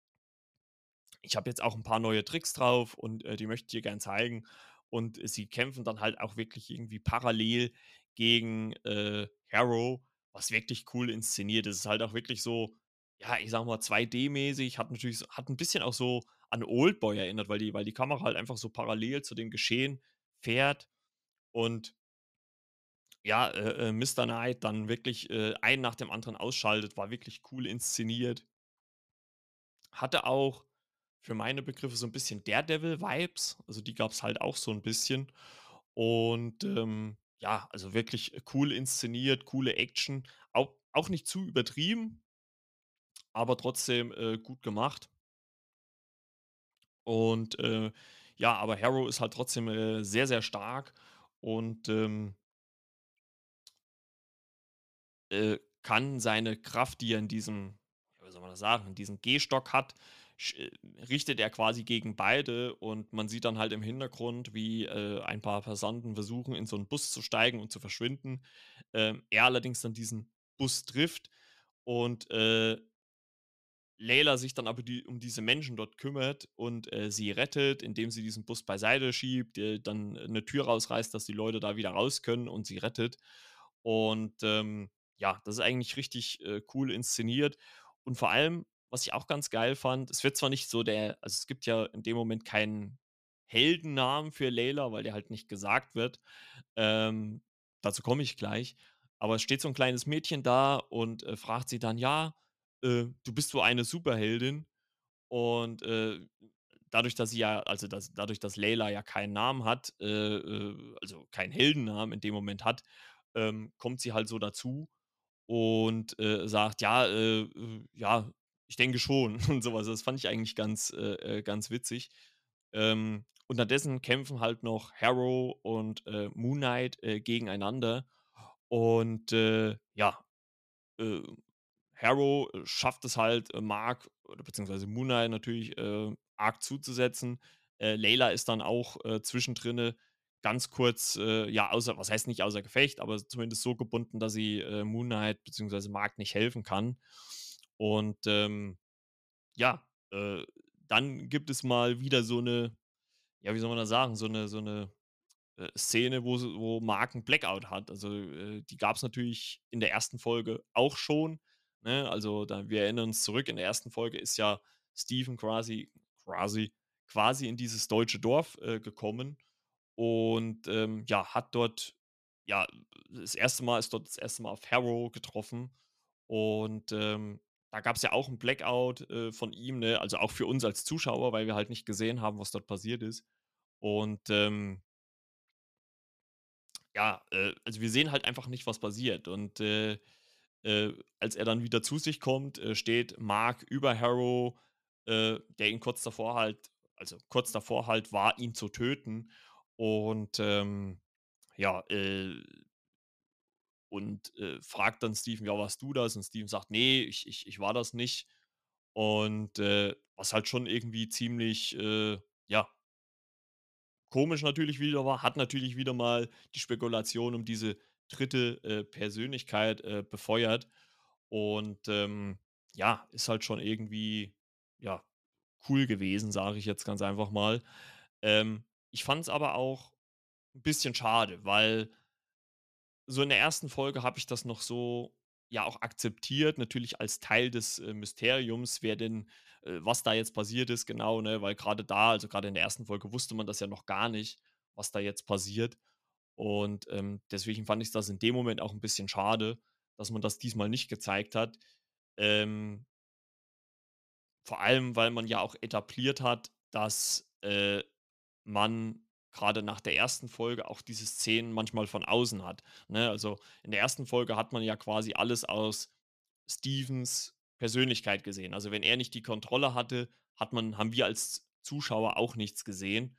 ich habe jetzt auch ein paar neue Tricks drauf und, äh, die möchte ich dir gern zeigen.“ Und sie kämpfen dann halt auch wirklich irgendwie parallel gegen, äh, Harrow, was wirklich cool inszeniert ist. Es ist halt auch wirklich so, ja, ich sage mal zwei D-mäßig, hat natürlich so hat ein bisschen auch so an Oldboy erinnert, weil die weil die Kamera halt einfach so parallel zu dem Geschehen fährt und ja, äh, äh, Mister Knight dann wirklich, äh, einen nach dem anderen ausschaltet, war wirklich cool inszeniert. Hatte auch für meine Begriffe so ein bisschen Daredevil-Vibes, also die gab's halt auch so ein bisschen. Und, ähm, ja, also wirklich, äh, cool inszeniert, coole Action, auch auch nicht zu übertrieben, aber trotzdem, äh, gut gemacht. Und, äh, ja, aber Harrow ist halt trotzdem, äh, sehr, sehr stark und, ähm äh, kann seine Kraft, die er in diesem, ja, wie soll man das sagen, in diesem Gehstock hat, sch äh, richtet er quasi gegen beide und man sieht dann halt im Hintergrund, wie, äh, ein paar Passanten versuchen, in so einen Bus zu steigen und zu verschwinden. Ähm, er allerdings dann diesen Bus trifft und, äh, Layla sich dann aber die um diese Menschen dort kümmert und, äh, sie rettet, indem sie diesen Bus beiseite schiebt, äh, dann eine Tür rausreißt, dass die Leute da wieder raus können und sie rettet. Und, ähm, ja, das ist eigentlich richtig, äh, cool inszeniert. Und vor allem, was ich auch ganz geil fand, es wird zwar nicht so der also, es gibt ja in dem Moment keinen Heldennamen für Layla, weil der halt nicht gesagt wird. Ähm, dazu komme ich gleich. Aber es steht so ein kleines Mädchen da und, äh, fragt sie dann: „Ja, äh, du bist wohl eine Superheldin?“ Und, äh, dadurch, dass sie ja also, dass dadurch, dass Layla ja keinen Namen hat, äh, äh, also, keinen Heldennamen in dem Moment hat, ähm, kommt sie halt so dazu und, äh, sagt: „Ja, äh, äh, ja, ich denke schon“ und so was. Das fand ich eigentlich ganz, äh, äh, ganz witzig. Ähm, unterdessen kämpfen halt noch Harrow und, äh, Moon Knight, äh, gegeneinander und, äh, ja, äh Harrow, äh, schafft es halt, äh, Mark oder beziehungsweise Moon Knight natürlich, äh, arg zuzusetzen. Äh, Layla ist dann auch, äh, zwischendrinne ganz kurz, äh, ja, außer was heißt nicht außer Gefecht, aber zumindest so gebunden, dass sie, äh, Moon Knight beziehungsweise Mark nicht helfen kann. Und, ähm, ja, äh, dann gibt es mal wieder so eine, ja, wie soll man das sagen, so eine so eine äh, Szene, wo sie wo Mark 'n Blackout hat. Also, äh, die gab es natürlich in der ersten Folge auch schon, ne? Also, da wir erinnern uns zurück, in der ersten Folge ist ja Steven quasi quasi quasi in dieses deutsche Dorf, äh, gekommen und, ähm, ja, hat dort ja, das erste Mal ist dort das erste Mal auf Harrow getroffen und, ähm, da gab es ja auch 'n Blackout, äh, von ihm, ne? Also, auch für uns als Zuschauer, weil wir halt nicht gesehen haben, was dort passiert ist. Und, ähm ja, äh, also wir sehen halt einfach nicht, was passiert. Und, äh, äh, als er dann wieder zu sich kommt, äh, steht Mark über Harrow, äh, der ihn kurz davor halt also kurz davor halt war, ihn zu töten. Und, ähm, ja, äh und äh, fragt dann Steven, ja, warst du das? Und Steven sagt, nee, ich, ich, ich war das nicht. Und äh, was halt schon irgendwie ziemlich, äh, ja, komisch natürlich wieder war, hat natürlich wieder mal die Spekulation um diese dritte äh, Persönlichkeit äh, befeuert. Und ähm, ja, ist halt schon irgendwie, ja, cool gewesen, sage ich jetzt ganz einfach mal. Ähm, ich fand es aber auch ein bisschen schade, weil so in der ersten Folge habe ich das noch so, ja, auch akzeptiert, natürlich als Teil des, äh, Mysteriums, wer denn äh, was da jetzt passiert ist, genau, ne? Weil gerade da, also gerade in der ersten Folge wusste man das ja noch gar nicht, was da jetzt passiert. Und, ähm, deswegen fand ich das in dem Moment auch ein bisschen schade, dass man das diesmal nicht gezeigt hat. Ähm, Vor allem, weil man ja auch etabliert hat, dass, äh, man gerade nach der ersten Folge auch diese Szenen manchmal von außen hat, ne? Also, in der ersten Folge hat man ja quasi alles aus Stevens Persönlichkeit gesehen. Also, wenn er nicht die Kontrolle hatte, hat man haben wir als Zuschauer auch nichts gesehen.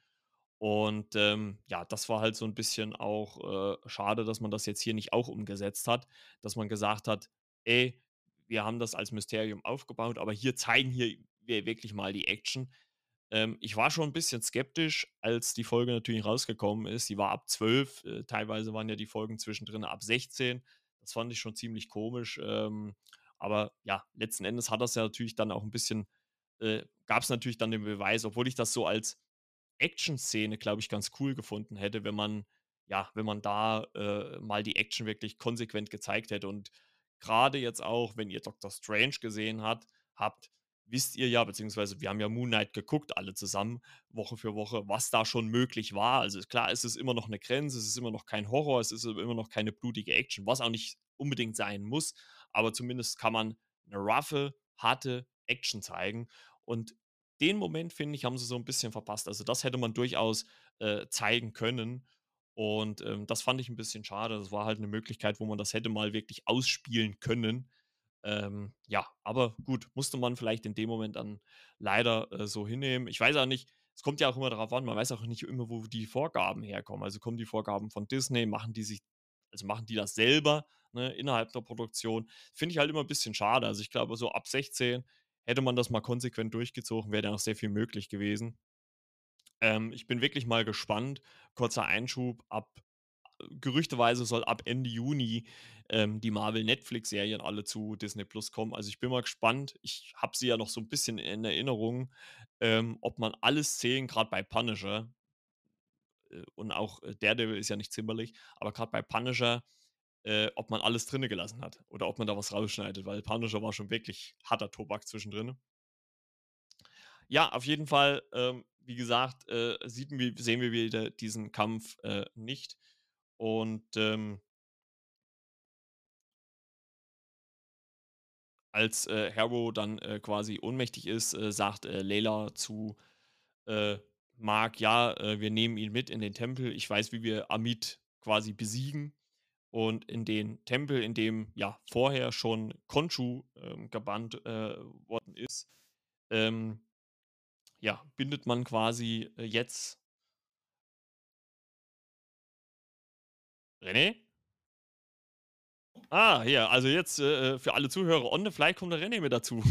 Und, ähm, ja, das war halt so ein bisschen auch, äh, schade, dass man das jetzt hier nicht auch umgesetzt hat, dass man gesagt hat: „Ey, wir haben das als Mysterium aufgebaut, aber hier zeigen hier wir wirklich mal die Action.“ Ähm, ich war schon ein bisschen skeptisch, als die Folge natürlich rausgekommen ist. Die war ab zwölf, äh, teilweise waren ja die Folgen zwischendrin ab sechzehn. Das fand ich schon ziemlich komisch, ähm, aber ja, letzten Endes hat das ja natürlich dann auch ein bisschen äh, gab es natürlich dann den Beweis, obwohl ich das so als Action-Szene, glaube ich, ganz cool gefunden hätte, wenn man ja, wenn man da, äh, mal die Action wirklich konsequent gezeigt hätte. Und gerade jetzt auch, wenn ihr Doctor Strange gesehen hat habt, wisst ihr ja, beziehungsweise wir haben ja Moon Knight geguckt alle zusammen, Woche für Woche, was da schon möglich war. Also klar, es ist immer noch eine Grenze, es ist immer noch kein Horror, es ist immer noch keine blutige Action, was auch nicht unbedingt sein muss, aber zumindest kann man eine roughe, harte Action zeigen. Und den Moment, finde ich, haben sie so ein bisschen verpasst. Also, das hätte man durchaus, äh, zeigen können und, ähm, das fand ich ein bisschen schade. Das war halt eine Möglichkeit, wo man das hätte mal wirklich ausspielen können. Ähm, ja, aber gut, musste man vielleicht in dem Moment dann leider, äh, so hinnehmen. Ich weiß auch nicht, es kommt ja auch immer darauf an, man weiß auch nicht immer, wo die Vorgaben herkommen. Also, kommen die Vorgaben von Disney, machen die sich also, machen die das selber, ne, innerhalb der Produktion? Finde ich halt immer ein bisschen schade. Also, ich glaube, so ab sechzehn hätte man das mal konsequent durchgezogen, wäre da noch sehr viel möglich gewesen. Ähm, ich bin wirklich mal gespannt. Kurzer Einschub, ab gerüchteweise soll ab Ende Juni, ähm, die Marvel-Netflix-Serien alle zu Disney Plus kommen. Also, ich bin mal gespannt. Ich habe sie ja noch so ein bisschen in Erinnerung, ähm, ob man alle Szenen gerade bei Punisher, äh, und auch, äh, Daredevil ist ja nicht zimperlich, aber gerade bei Punisher, äh, ob man alles drinne gelassen hat oder ob man da was rausschneidet, weil Punisher war schon wirklich harter Tobak zwischendrin. Ja, auf jeden Fall, ähm, wie gesagt, äh, sieht wir sehen wir wieder diesen Kampf, äh, nicht. Und, ähm, als, äh, Harrow dann, äh, quasi ohnmächtig ist, äh, sagt, äh, Layla zu, äh, Mark: „Ja, äh, wir nehmen ihn mit in den Tempel. Ich weiß, wie wir Amit quasi besiegen.“ Und in den Tempel, in dem ja vorher schon Khonshu, ähm, gebannt, äh, worden ist, ähm, ja, bindet man quasi, äh, jetzt René? Ah, ja, also jetzt, äh, äh, für alle Zuhörer on the fly kommt der René mit dazu.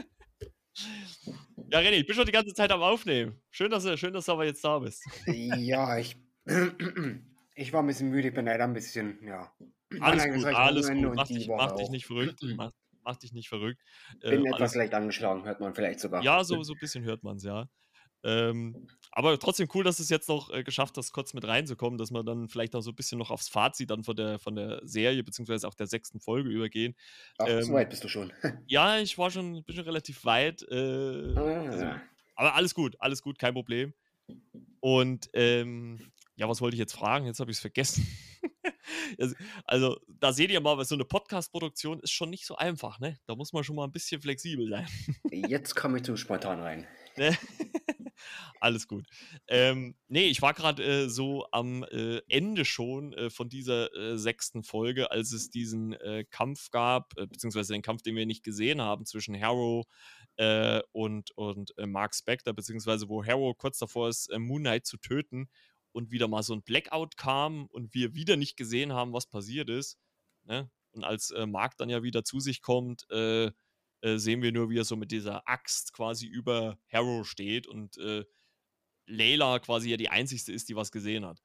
Ja, René, ich bin schon die ganze Zeit am Aufnehmen. Schön, dass du schön, dass du aber jetzt da bist. Ja, ich ich war 'n bisschen müde, ich bin leider 'n bisschen, ja, war 'n Alles gut, langes alles Wochenende gut. und Mach die dich Woche mach dich auch. nicht verrückt. Mach mach dich nicht verrückt. Äh, Bin etwas alles leicht angeschlagen, hört man vielleicht sogar. ja, so so 'n bisschen hört man's, ja. Ähm, aber trotzdem cool, dass du's jetzt noch, äh, geschafft hast, kurz mit reinzukommen, dass wir dann vielleicht auch so 'n bisschen noch aufs Fazit dann von der von der Serie beziehungsweise auch der sechsten Folge übergehen. Ach, so Ähm weit bist du schon. Ja, ich war schon bin schon relativ weit, äh, also Ah, aber alles gut, alles gut, kein Problem. Und, ähm, ja, was wollte ich jetzt fragen? Jetzt habe ich's vergessen. Also also, da seht ihr mal, weil so 'ne Podcast-Produktion ist schon nicht so einfach, ne? Da muss man schon mal 'n bisschen flexibel sein, jetzt komme ich zu spontan rein. ne? Alles gut. Ähm, ne, ich war grad, äh, so am, äh, Ende schon, äh, von dieser, äh, sechsten Folge, als es diesen, äh, Kampf gab, äh, beziehungsweise den Kampf, den wir nicht gesehen haben zwischen Harrow, äh, und und, äh, Mark Spector, beziehungsweise wo Harrow kurz davor ist, äh, Moon Knight zu töten und wieder mal so 'n Blackout kam und wir wieder nicht gesehen haben, was passiert ist. Ne? Und als äh, Mark dann ja wieder zu sich kommt, äh, äh, sehen wir nur, wie er so mit dieser Axt quasi über Harrow steht und äh, Layla quasi ja die Einzige ist, die was gesehen hat.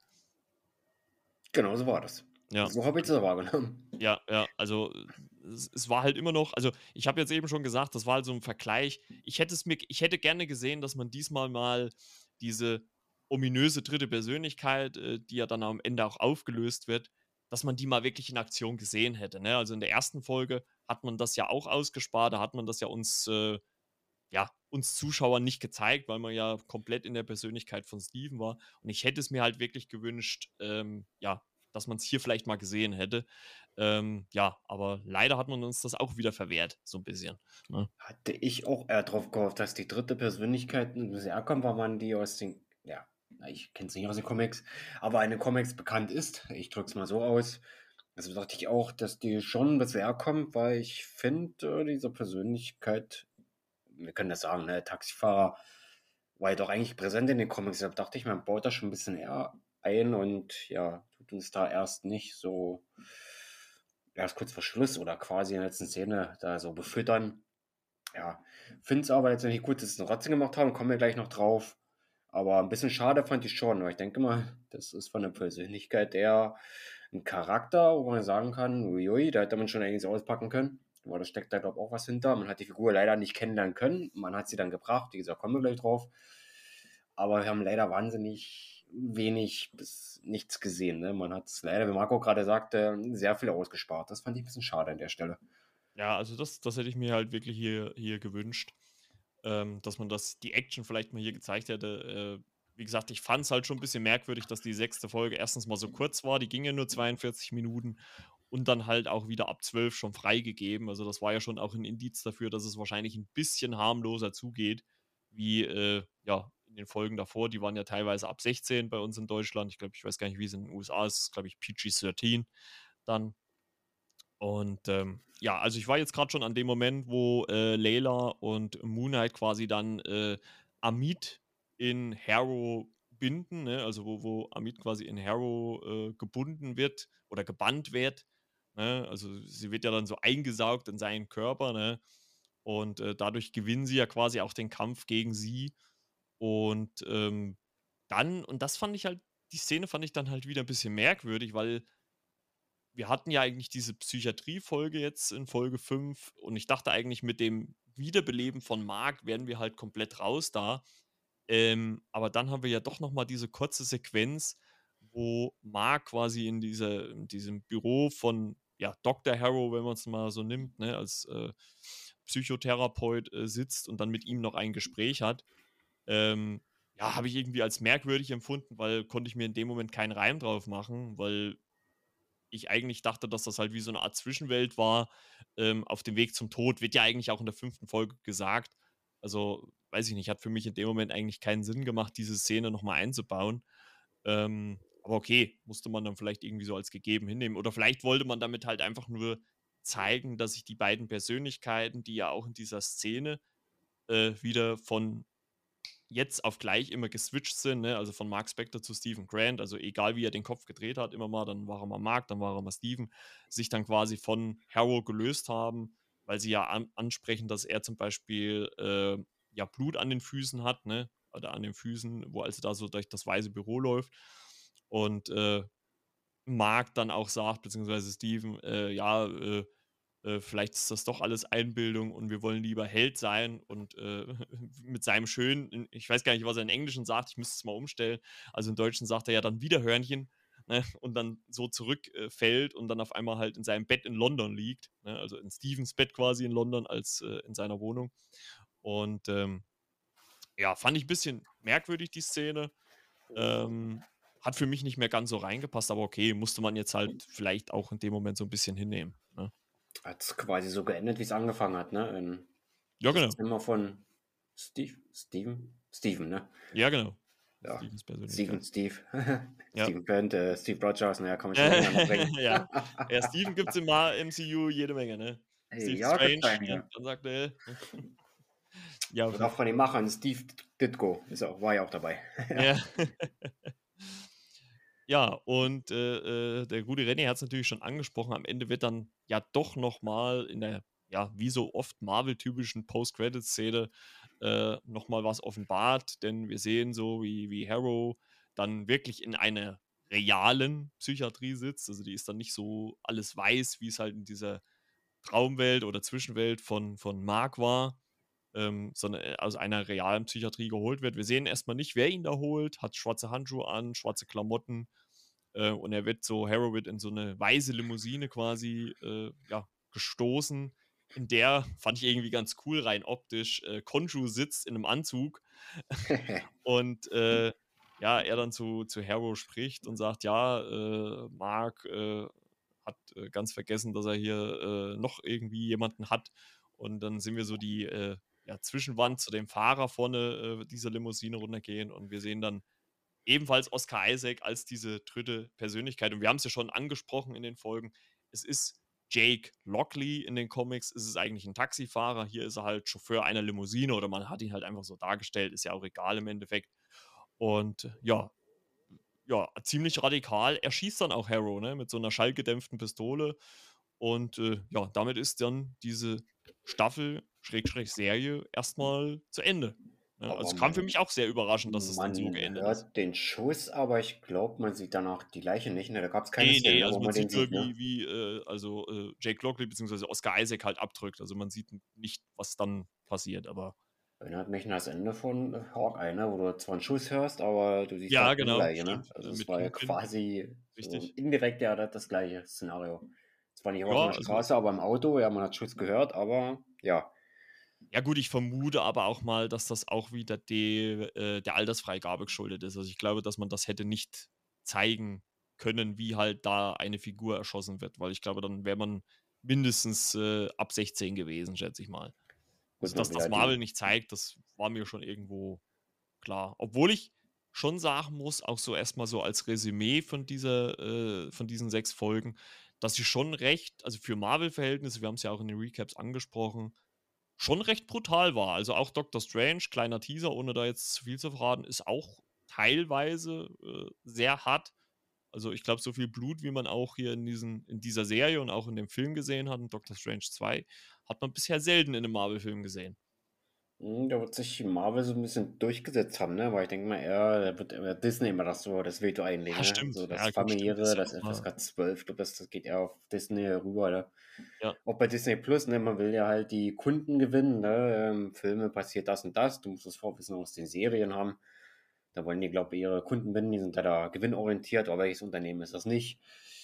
Genau so war das. Ja. So habe ich das wahrgenommen. Ja, ja, also es, es war halt immer noch, also ich habe jetzt eben schon gesagt, das war halt so ein Vergleich. Ich hätte es mir, ich hätte gerne gesehen, dass man diesmal mal diese ominöse dritte Persönlichkeit, äh, die ja dann am Ende auch aufgelöst wird, dass man die mal wirklich in Aktion gesehen hätte. Ne? Also in der ersten Folge hat man das ja auch ausgespart, da hat man das ja uns, äh, ja, uns Zuschauern nicht gezeigt, weil man ja komplett in der Persönlichkeit von Steven war. Und ich hätte es mir halt wirklich gewünscht, ähm, ja, dass man es hier vielleicht mal gesehen hätte. Ähm, ja, aber leider hat man uns das auch wieder verwehrt, so ein bisschen. Ne? Hatte ich auch eher drauf gehofft, dass die dritte Persönlichkeit ein bisschen herkommt, weil man die aus den, ja, na, ich kenne es nicht aus den Comics, aber in den Comics bekannt ist. Ich drücke es mal so aus. Also dachte ich auch, dass die schon ein bisschen herkommt, weil ich finde, äh, diese Persönlichkeit, wir können das sagen, ne, Taxifahrer war ja doch eigentlich präsent in den Comics. Da dachte ich, man baut das schon ein bisschen eher ein und ja, tut uns da erst nicht so erst kurz vor Schluss oder quasi in der letzten Szene da so befüttern. Ja, finde es aber jetzt nicht gut, dass sie einen Rotzen gemacht haben, kommen wir gleich noch drauf. Aber ein bisschen schade fand ich schon, weil ich denke mal, das ist von der Persönlichkeit eher ein Charakter, wo man sagen kann, uiui, da hätte man schon einiges auspacken können. Aber da steckt da, glaube ich, auch was hinter. Man hat die Figur leider nicht kennenlernen können. Man hat sie dann gebracht, wie gesagt, kommen wir gleich drauf. Aber wir haben leider wahnsinnig wenig bis nichts gesehen. Ne? Man hat es leider, wie Marco gerade sagte, sehr viel ausgespart. Das fand ich ein bisschen schade an der Stelle. Ja, also das, das hätte ich mir halt wirklich hier, hier gewünscht, ähm, dass man das, die Action vielleicht mal hier gezeigt hätte. Äh, wie gesagt, ich fand es halt schon ein bisschen merkwürdig, dass die sechste Folge erstens mal so kurz war, die ging ja nur zweiundvierzig Minuten und dann halt auch wieder ab zwölf schon freigegeben. Also das war ja schon auch ein Indiz dafür, dass es wahrscheinlich ein bisschen harmloser zugeht, wie äh, ja, in den Folgen davor. Die waren ja teilweise ab sechzehn bei uns in Deutschland. Ich glaube, ich weiß gar nicht, wie es in den U S A ist, glaube ich, P G dreizehn dann. Und ähm, ja, also ich war jetzt gerade schon an dem Moment, wo äh, Layla und Moon Knight quasi dann äh, Amit in Harrow binden, ne? Also wo, wo Amit quasi in Harrow äh, gebunden wird oder gebannt wird. Ne? Also sie wird ja dann so eingesaugt in seinen Körper, ne? Und äh, dadurch gewinnen sie ja quasi auch den Kampf gegen sie. Und ähm, dann, und das fand ich halt, die Szene fand ich dann halt wieder ein bisschen merkwürdig, weil wir hatten ja eigentlich diese Psychiatrie-Folge jetzt in Folge fünf und ich dachte eigentlich, mit dem Wiederbeleben von Mark wären wir halt komplett raus da. Ähm, aber dann haben wir ja doch noch mal diese kurze Sequenz, wo Mark quasi in, dieser, in diesem Büro von ja, Doktor Harrow, wenn man es mal so nimmt, ne, als äh, Psychotherapeut äh, sitzt und dann mit ihm noch ein Gespräch hat. Ähm, ja, habe ich irgendwie als merkwürdig empfunden, weil konnte ich mir in dem Moment keinen Reim drauf machen, weil ich eigentlich dachte, dass das halt wie so eine Art Zwischenwelt war, ähm, auf dem Weg zum Tod. Wird ja eigentlich auch in der fünften Folge gesagt. Also, weiß ich nicht, hat für mich in dem Moment eigentlich keinen Sinn gemacht, diese Szene nochmal einzubauen. Ähm, aber okay, musste man dann vielleicht irgendwie so als gegeben hinnehmen. Oder vielleicht wollte man damit halt einfach nur zeigen, dass sich die beiden Persönlichkeiten, die ja auch in dieser Szene äh, wieder von jetzt auf gleich immer geswitcht sind, ne? Also von Mark Spector zu Stephen Grant, also egal wie er den Kopf gedreht hat, immer mal, dann war er mal Mark, dann war er mal Stephen, sich dann quasi von Harrow gelöst haben, weil sie ja an ansprechen, dass er zum Beispiel äh, ja Blut an den Füßen hat, ne? Oder an den Füßen, wo also da so durch das weiße Büro läuft. Und äh, Mark dann auch sagt, beziehungsweise Stephen, äh, ja, äh, äh, vielleicht ist das doch alles Einbildung und wir wollen lieber Held sein und äh, mit seinem schönen, ich weiß gar nicht, was er in Englischen sagt, ich müsste es mal umstellen. Also im Deutschen sagt er ja dann wieder Hörnchen, ne, und dann so zurückfällt äh, und dann auf einmal halt in seinem Bett in London liegt, ne, also in Stevens Bett quasi in London als äh, in seiner Wohnung. Und ähm, ja, fand ich ein bisschen merkwürdig, die Szene. Ähm, hat für mich nicht mehr ganz so reingepasst, aber okay, musste man jetzt halt vielleicht auch in dem Moment so ein bisschen hinnehmen. Ne? Hat es quasi so geendet, wie es angefangen hat, ne? In Ja, das genau. Zimmer von Steve, Steven? Steven, ne? Ja, genau. Ja, Stevens Steven, Persönlichkeit. Steve. Ja. Steven Grant, äh, Steve Rogers, naja, kann man schon durcheinander bringen. ja. ja, Steven gibt es im M C U jede Menge, ne? Hey, Steve ja, gibt's Strange, ne? einige. Dann sagt er. ja, auf Und jeden auch von Fall. den Machern, Steve Ditko, ist auch, war ja auch dabei. Ja. Ja, und äh, äh, der gute René hat es natürlich schon angesprochen. Am Ende wird dann ja doch nochmal in der, ja, wie so oft Marvel-typischen Post-Credit-Szene äh, nochmal was offenbart. Denn wir sehen so, wie, wie Harrow dann wirklich in einer realen Psychiatrie sitzt. Also die ist dann nicht so alles weiß, wie es halt in dieser Traumwelt oder Zwischenwelt von, von Mark war, ähm, sondern äh, aus einer realen Psychiatrie geholt wird. Wir sehen erstmal nicht, wer ihn da holt, hat schwarze Handschuhe an, schwarze Klamotten äh, und er wird so, Harrow wird in so eine weiße Limousine quasi äh, ja, gestoßen, in der, fand ich irgendwie ganz cool, rein optisch, äh, Khonshu sitzt in einem Anzug und äh, ja, er dann zu, zu Harrow spricht und sagt, ja, äh, Mark äh, hat äh, ganz vergessen, dass er hier äh, noch irgendwie jemanden hat. Und dann sehen wir so die äh, ja, Zwischenwand zu dem Fahrer vorne äh, dieser Limousine runtergehen und wir sehen dann ebenfalls Oscar Isaac als diese dritte Persönlichkeit. Und wir haben es ja schon angesprochen in den Folgen. Es ist Jake Lockley in den Comics. Es ist eigentlich ein Taxifahrer. Hier ist er halt Chauffeur einer Limousine oder man hat ihn halt einfach so dargestellt. Ist ja auch egal im Endeffekt. Und ja, ja, ziemlich radikal. Er schießt dann auch Harrow, ne, mit so einer schallgedämpften Pistole. Und äh, ja, damit ist dann diese Staffel, Schrägstrich Serie, erstmal zu Ende. Ne? Aber Also kam für man, mich auch sehr überraschend, dass es dann so man geendet ist. hört den Schuss, aber ich glaube, man sieht danach die Leiche nicht. Ne? Da gab es keine Nee, Szene, nee, ne, also wo man man den sieht nur, sieht. Ne? wie, wie äh, also äh, Jake Lockley bzw. Oscar Isaac halt abdrückt. Also man sieht nicht, was dann passiert, aber Erinnert mich an das Ende von äh, Hawkeye, ne? Wo du zwar einen Schuss hörst, aber du siehst ja, halt keine genau, Leiche. Ne? stimmt. Also Äh, es mit war ja Kingpin, quasi so richtig. indirekt ja das das gleiche Szenario. Zwar nicht auf Ja, einer also Straße, aber im Auto. Ja, man hat Schuss gehört, aber ja. ja gut, ich vermute aber auch mal, dass das auch wieder de, äh, der Altersfreigabe geschuldet ist. Also ich glaube, dass man das hätte nicht zeigen können, wie halt da eine Figur erschossen wird, weil ich glaube, dann wäre man mindestens äh, ab sechzehn gewesen, schätze ich mal. Also Gut, man dass will das ja Marvel die. nicht zeigt, das war mir schon irgendwo klar. Obwohl ich schon sagen muss, auch so erstmal so als Resümee von dieser, äh, von diesen sechs Folgen, dass sie schon recht, also für Marvel-Verhältnisse, wir haben es ja auch in den Recaps angesprochen, schon recht brutal war. Also auch Doctor Strange, kleiner Teaser, ohne da jetzt zu viel zu verraten, ist auch teilweise äh, sehr hart. Also ich glaube, so viel Blut, wie man auch hier in, diesen, in dieser Serie und auch in dem Film gesehen hat, in Doctor Strange zwei, hat man bisher selten in einem Marvel-Film gesehen. Hm, da wird sich Marvel so ein bisschen durchgesetzt haben, ne? Weil ich denke mal eher, da wird eher Disney immer das so das Veto einlegen, Ja, ne? So stimmt. das Ja, gut, stimmt. Familiäre, Ist ja das nochmal. F S K zwölf, ich glaube, das das geht eher auf Disney rüber, ne? Ja. Auch bei Disney Plus, ne? Man will ja halt die Kunden gewinnen, ne? Ähm, Filme passiert das und das, du musst das Vorwissen aus den Serien haben. Da wollen die, glaube ich, ihre Kunden binden, die sind da, da gewinnorientiert, aber welches Unternehmen ist das nicht?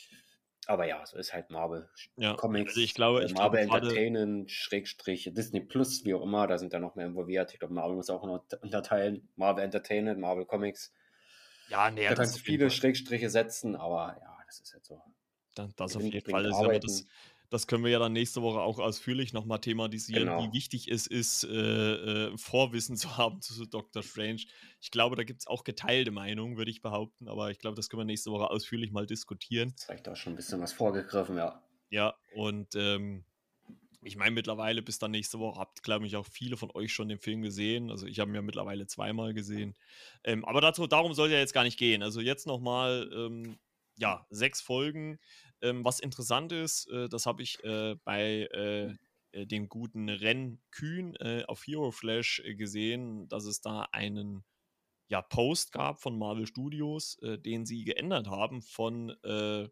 Aber ja, so ist halt Marvel. Ja, also ich Comics, glaube, äh, ich glaube Marvel gerade, Entertainment, Schrägstrich, Disney Plus, wie auch immer, da sind da noch mehr involviert. Ich glaube, Marvel muss auch noch unterteilen. Marvel Entertainment, Marvel Comics. ja, nee, Da das kannst du auf jeden viele Fall. Schrägstriche setzen, aber ja, das ist halt so. Da das auf Gewinn jeden Fall. bringt Also, ich sage mal, das Arbeiten. das können wir ja dann nächste Woche auch ausführlich noch mal thematisieren, wie Genau. wichtig es ist, äh, äh, Vorwissen zu haben zu Doctor Strange. Ich glaube, da gibt es auch geteilte Meinungen, würde ich behaupten, aber ich glaube, das können wir nächste Woche ausführlich mal diskutieren. Das zeigt auch schon ein bisschen was vorgegriffen, ja. Ja, und, ähm, ich meine, mittlerweile bis dann nächste Woche habt, glaube ich, auch viele von euch schon den Film gesehen. Also, ich habe ihn ja mittlerweile zweimal gesehen. Ähm, aber dazu darum soll ja jetzt gar nicht gehen. Also, jetzt noch mal, ähm, ja, sechs Folgen. Ähm, was interessant ist, äh, das habe ich, äh, bei, äh, äh, dem guten Ren Kühn, äh, auf Hero Flash, äh, gesehen, dass es da einen, ja, Post gab von Marvel Studios, äh, den sie geändert haben von, äh,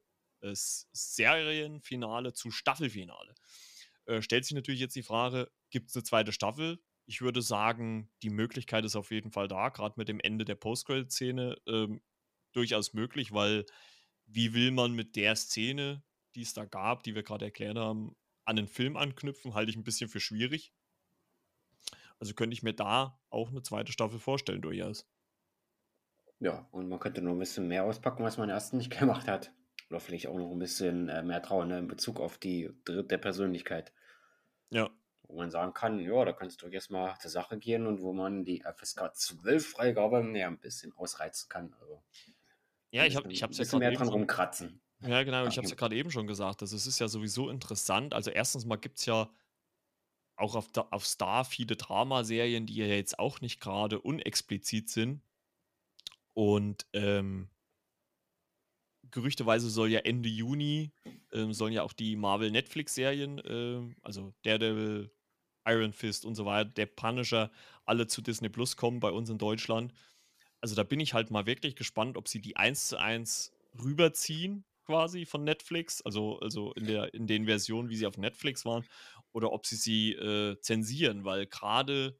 S Serienfinale zu Staffelfinale. Äh, stellt sich natürlich jetzt die Frage, gibt es eine zweite Staffel? Ich würde sagen, die Möglichkeit ist auf jeden Fall da, gerade mit dem Ende der Post-Credit-Szene ähm, durchaus möglich, weil wie will man mit der Szene, die es da gab, die wir gerade erklärt haben, an den Film anknüpfen, halte ich ein bisschen für schwierig. Also könnte ich mir da auch eine zweite Staffel vorstellen durchaus. Ja, und man könnte noch ein bisschen mehr auspacken, was man erst nicht gemacht hat. Oder vielleicht auch noch ein bisschen äh, mehr trauen, ne, in Bezug auf die dritte Persönlichkeit. Ja. Wo man sagen kann, ja, da kannst du jetzt mal zur Sache gehen und wo man die F S K zwölf Freigabe ja ein bisschen ausreizen kann. Also Ja, ein ich habe bisschen, ich habe ein es ja bisschen gerade mehr eben dran schon. rumkratzen. Ja, genau, ich Ja, habe es ja gerade eben schon gesagt. Also, es ist ja sowieso interessant. Also, erstens mal gibt es ja auch auf, Da- auf Star viele Dramaserien, die ja jetzt auch nicht gerade unexplizit sind. Und ähm, gerüchteweise soll ja Ende Juni, ähm, sollen ja auch die Marvel-Netflix-Serien, ähm, also Daredevil, Iron Fist und so weiter, der Punisher, alle zu Disney Plus kommen bei uns in Deutschland. Also da bin ich halt mal wirklich gespannt, ob sie die eins zu eins rüberziehen, quasi von Netflix, also, also in, der, in den Versionen, wie sie auf Netflix waren, oder ob sie sie äh, zensieren, weil gerade,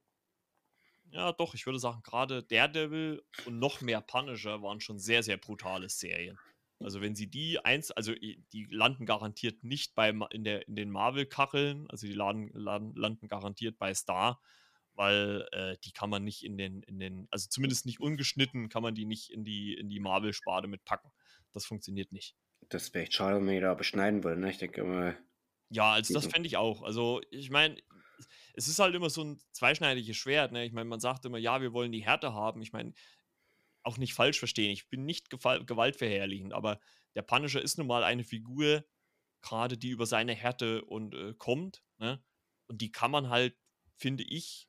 ja doch, ich würde sagen, gerade Daredevil und noch mehr Punisher waren schon sehr, sehr brutale Serien. Also wenn sie die eins, also i- die landen garantiert nicht bei, Ma- in, der, in den Marvel-Kacheln, also die laden, laden, landen garantiert bei Star, weil äh, die kann man nicht in den, in den, also zumindest nicht ungeschnitten, kann man die nicht in die, in die Marvel-Sparte mitpacken. Das funktioniert nicht. Das wäre echt schade, wenn man die da beschneiden würde. Ne? Ich denke mal, Ja, also das diesen, fände ich auch. Also ich meine, es ist halt immer so ein zweischneidiges Schwert. Ne? Ich meine, man sagt immer, ja, wir wollen die Härte haben. Ich meine, auch nicht falsch verstehen. Ich bin nicht gefall- gewaltverherrlichend, aber der Punisher ist nun mal eine Figur, gerade die über seine Härte und äh, kommt. Ne? Und die kann man halt, finde ich,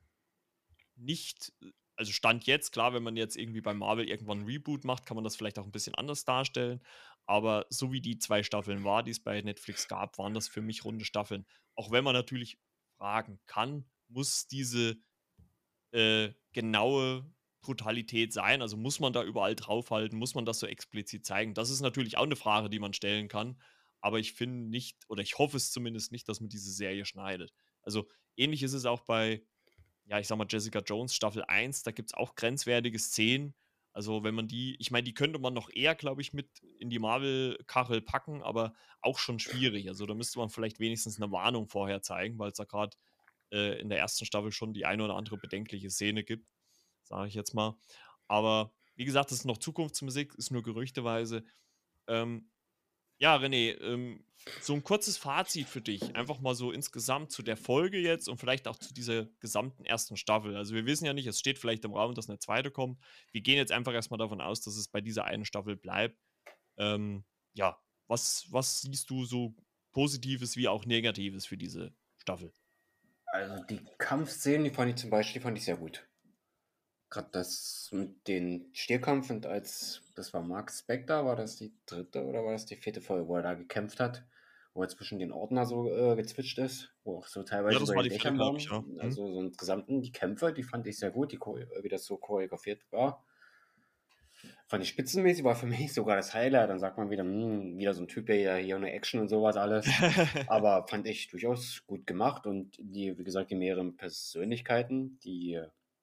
nicht, also Stand jetzt, klar, wenn man jetzt irgendwie bei Marvel irgendwann ein Reboot macht, kann man das vielleicht auch ein bisschen anders darstellen. Aber so wie die zwei Staffeln war, die es bei Netflix gab, waren das für mich runde Staffeln. Auch wenn man natürlich fragen kann, muss diese äh, genaue Brutalität sein? Also muss man da überall draufhalten? Muss man das so explizit zeigen? Das ist natürlich auch eine Frage, die man stellen kann. Aber ich finde nicht, oder ich hoffe es zumindest nicht, dass man diese Serie schneidet. Also ähnlich ist es auch bei, ja, ich sag mal, Jessica Jones Staffel eins, da gibt es auch grenzwertige Szenen. Also wenn man die, ich meine, die könnte man noch eher, glaube ich, mit in die Marvel-Kachel packen, aber auch schon schwierig. Also da müsste man vielleicht wenigstens eine Warnung vorher zeigen, weil es da gerade äh, in der ersten Staffel schon die eine oder andere bedenkliche Szene gibt, sage ich jetzt mal. Aber wie gesagt, das ist noch Zukunftsmusik, ist nur gerüchteweise. Ähm, ja, René, ähm, so ein kurzes Fazit für dich, einfach mal so insgesamt zu der Folge jetzt und vielleicht auch zu dieser gesamten ersten Staffel. Also wir wissen ja nicht, es steht vielleicht im Raum, dass eine zweite kommt. Wir gehen jetzt einfach erstmal davon aus, dass es bei dieser einen Staffel bleibt. Ähm, ja, was, was siehst du so Positives wie auch Negatives für diese Staffel? also die Kampfszenen, die fand ich zum Beispiel, die fand ich sehr gut. Gerade das mit den Stierkampf und als, das war Mark Spector, war das die dritte oder war das die vierte Folge, wo er da gekämpft hat, wo er zwischen den Ordner so äh, gezwitscht ist, wo auch so Ja, teilweise das über war den die vierte, Dächern glaube ich, waren. ja. Mhm. Also so insgesamt die Kämpfe, die fand ich sehr gut, die, wie das so choreografiert war. Fand ich spitzenmäßig, war für mich sogar das Highlight. Dann sagt man wieder, hm, wieder so ein Typ, der ja hier eine Action und sowas alles. Aber fand ich durchaus gut gemacht und die, wie gesagt, die mehreren Persönlichkeiten, die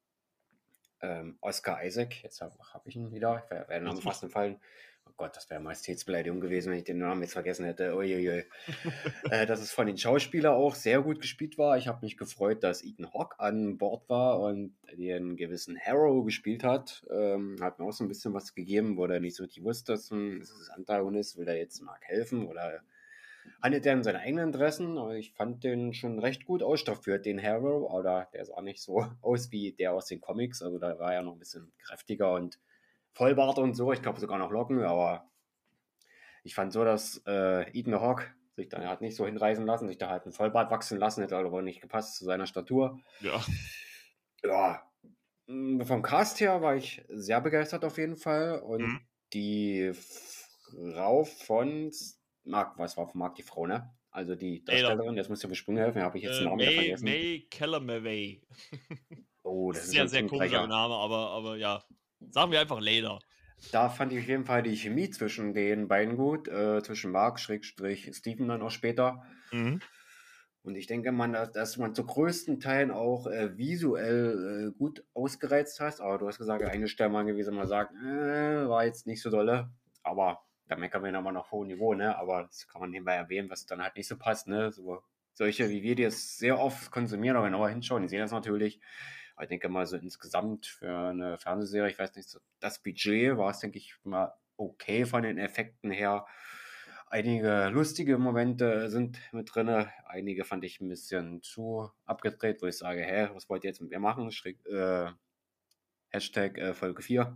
ähm, Oscar Isaac, jetzt habe hab ich ihn wieder, wäre der Name fast entfallen. Oh Gott, das wäre Majestätsbeleidigung gewesen, wenn ich den Namen jetzt vergessen hätte. Uiuiui. äh, dass es von den Schauspielern auch sehr gut gespielt war. Ich habe mich gefreut, dass Ethan Hawke an Bord war und den gewissen Harrow gespielt hat. Ähm, hat mir auch so ein bisschen was gegeben, wo er nicht so richtig wusste, dass es Antagonist, will er jetzt Mark helfen oder handelt er in seine eigenen Interessen, aber ich fand den schon recht gut ausstaffiert, den Harrow, oder der sah nicht so aus wie der aus den Comics, also da war er noch ein bisschen kräftiger und Vollbart und so, ich glaube sogar noch Locken, aber ich fand so, dass äh, Ethan Hawke sich dann hat nicht so hinreißen lassen, sich da halt einen Vollbart wachsen lassen, hätte aber nicht gepasst zu seiner Statur. Ja. Ja, mh, vom Cast her war ich sehr begeistert auf jeden Fall und Mhm. die Frau von Mark, was war von Mark die Frau, ne? Also die Ey, Darstellerin, jetzt muss ich mir Sprünge helfen, habe ich jetzt äh, den Namen wieder May, vergessen. May Kellermaway. Oh, das ist so Sehr, ein sehr komischer Zungenbrecher. Name, aber, aber ja. Sagen wir einfach Leder. Da fand ich auf jeden Fall die Chemie zwischen den beiden gut, äh, zwischen Mark, Schrägstrich, Steven dann auch später. Mhm. Und ich denke man, dass, dass man zu größten Teilen auch äh, visuell äh, gut ausgereizt hast. Aber du hast gesagt, eine Stelle mal gewesen, man sagt, äh, war jetzt nicht so dolle. Aber da meckern wir nochmal auf hohem Niveau, ne? Aber das kann man nebenbei erwähnen, was dann halt nicht so passt, ne? So, solche wie wir, die es sehr oft konsumieren, aber genauer hinschauen, die sehen das natürlich. Aber ich denke mal so insgesamt für eine Fernsehserie, ich weiß nicht, so das Budget war es, denke ich, mal okay von den Effekten her. Einige lustige Momente sind mit drin. Einige fand ich ein bisschen zu abgedreht, wo ich sage, hä, was wollt ihr jetzt mit mir machen? Schräg, äh, Hashtag äh, Folge vier.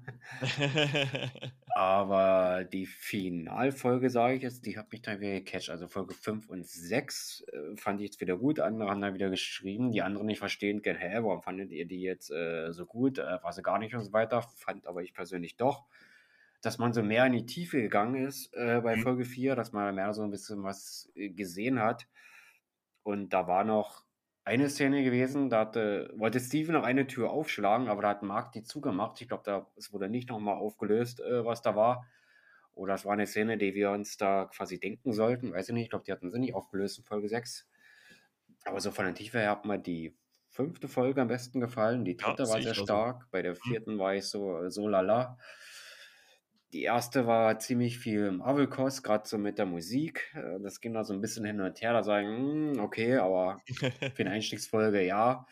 Aber die Finalfolge, sage ich jetzt, die hat mich dann wieder gecatcht. Also Folge fünf und sechs äh, fand ich jetzt wieder gut. Andere haben dann wieder geschrieben, die anderen nicht verstehen können, hä, warum fandet ihr die jetzt äh, so gut? Äh, war sie gar nicht und so weiter. Fand aber ich persönlich doch. dass man so mehr in die Tiefe gegangen ist äh, bei Mhm. Folge vier, dass man mehr so ein bisschen was äh, gesehen hat. Und da war noch eine Szene gewesen, da hatte, wollte Steven noch eine Tür aufschlagen, aber da hat Mark die zugemacht. Ich glaube, da, es wurde nicht nochmal aufgelöst, äh, was da war. Oder es war eine Szene, die wir uns da quasi denken sollten. Weiß ich nicht, ich glaube, die hatten sie nicht aufgelöst in Folge sechs. Aber so von der Tiefe her hat mir die fünfte Folge am besten gefallen. Die Ja, dritte war sehe sehr ich also. stark. Bei der Mhm. vierten war ich so, so lala. Die erste war ziemlich viel Marvel-Kost, gerade so mit der Musik. Äh, Das ging da so ein bisschen hin und her. Da sagen, "Hm, okay, aber für eine Einstiegsfolge ja.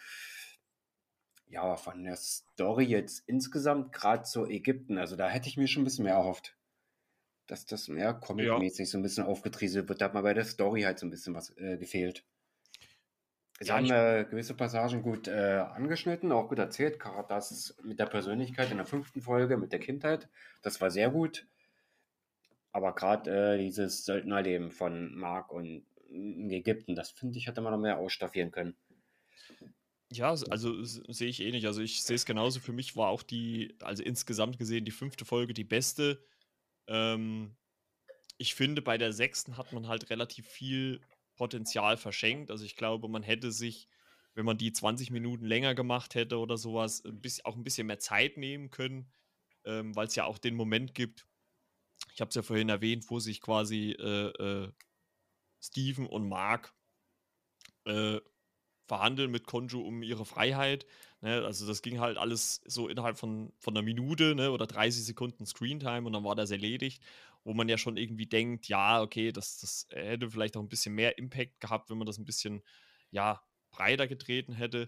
Ja, aber von der Story jetzt insgesamt, gerade so Ägypten, also da hätte ich mir schon ein bisschen mehr erhofft, dass das mehr Ja, comic-mäßig so ein bisschen aufgetrieselt wird. Da hat mir bei der Story halt so ein bisschen was äh, gefehlt. Sie ja, haben ich, äh, gewisse Passagen gut äh, angeschnitten, auch gut erzählt. Gerade das mit der Persönlichkeit in der fünften Folge, mit der Kindheit, das war sehr gut. Aber gerade äh, dieses Söldnerleben von Mark und in Ägypten, das finde ich, hätte man noch mehr ausstaffieren können. ja, s- also s- sehe ich eh nicht. Also ich sehe es genauso. Für mich war auch die, also insgesamt gesehen, die fünfte Folge die beste. Ähm, Ich finde, bei der sechsten hat man halt relativ viel Potenzial verschenkt. Also ich glaube, man hätte sich, wenn man die zwanzig Minuten länger gemacht hätte oder sowas, ein bisschen, auch ein bisschen mehr Zeit nehmen können, ähm, weil es ja auch den Moment gibt, ich habe es ja vorhin erwähnt, wo sich quasi äh, äh, Steven und Mark äh, verhandeln mit Konjo um ihre Freiheit. Ne? Also das ging halt alles so innerhalb von, von einer Minute, ne? Oder dreißig Sekunden Screentime und dann war das erledigt, wo man ja schon irgendwie denkt, ja, okay, das, das hätte vielleicht auch ein bisschen mehr Impact gehabt, wenn man das ein bisschen, ja, breiter getreten hätte.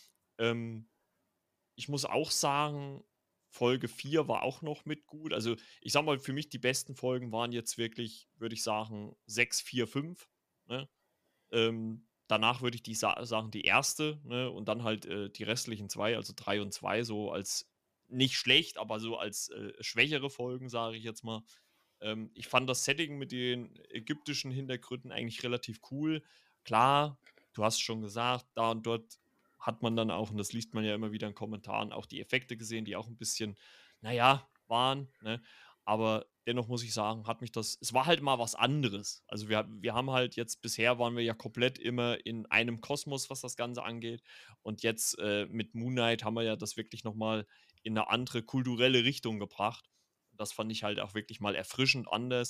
Ähm, Ich muss auch sagen, Folge vier war auch noch mit gut. Also ich sag mal, für mich die besten Folgen waren jetzt wirklich, würde ich sagen, sechs, vier, fünf. Ne? Ähm, danach würde ich die sa sagen, die erste, ne, und dann halt, äh, die restlichen zwei, also drei und zwei so als nicht schlecht, aber so als, äh, schwächere Folgen, sage ich jetzt mal. Ähm, ich fand das Setting mit den ägyptischen Hintergründen eigentlich relativ cool. Klar, du hast schon gesagt, da und dort hat man dann auch, und das liest man ja immer wieder in Kommentaren, auch die Effekte gesehen, die auch ein bisschen, naja, waren, ne? Aber dennoch muss ich sagen, hat mich das, es war halt mal was anderes. Also wir, wir haben halt jetzt, bisher waren wir ja komplett immer in einem Kosmos, was das Ganze angeht. Und jetzt äh, mit Moon Knight haben wir ja das wirklich nochmal in eine andere kulturelle Richtung gebracht. Das fand ich halt auch wirklich mal erfrischend anders.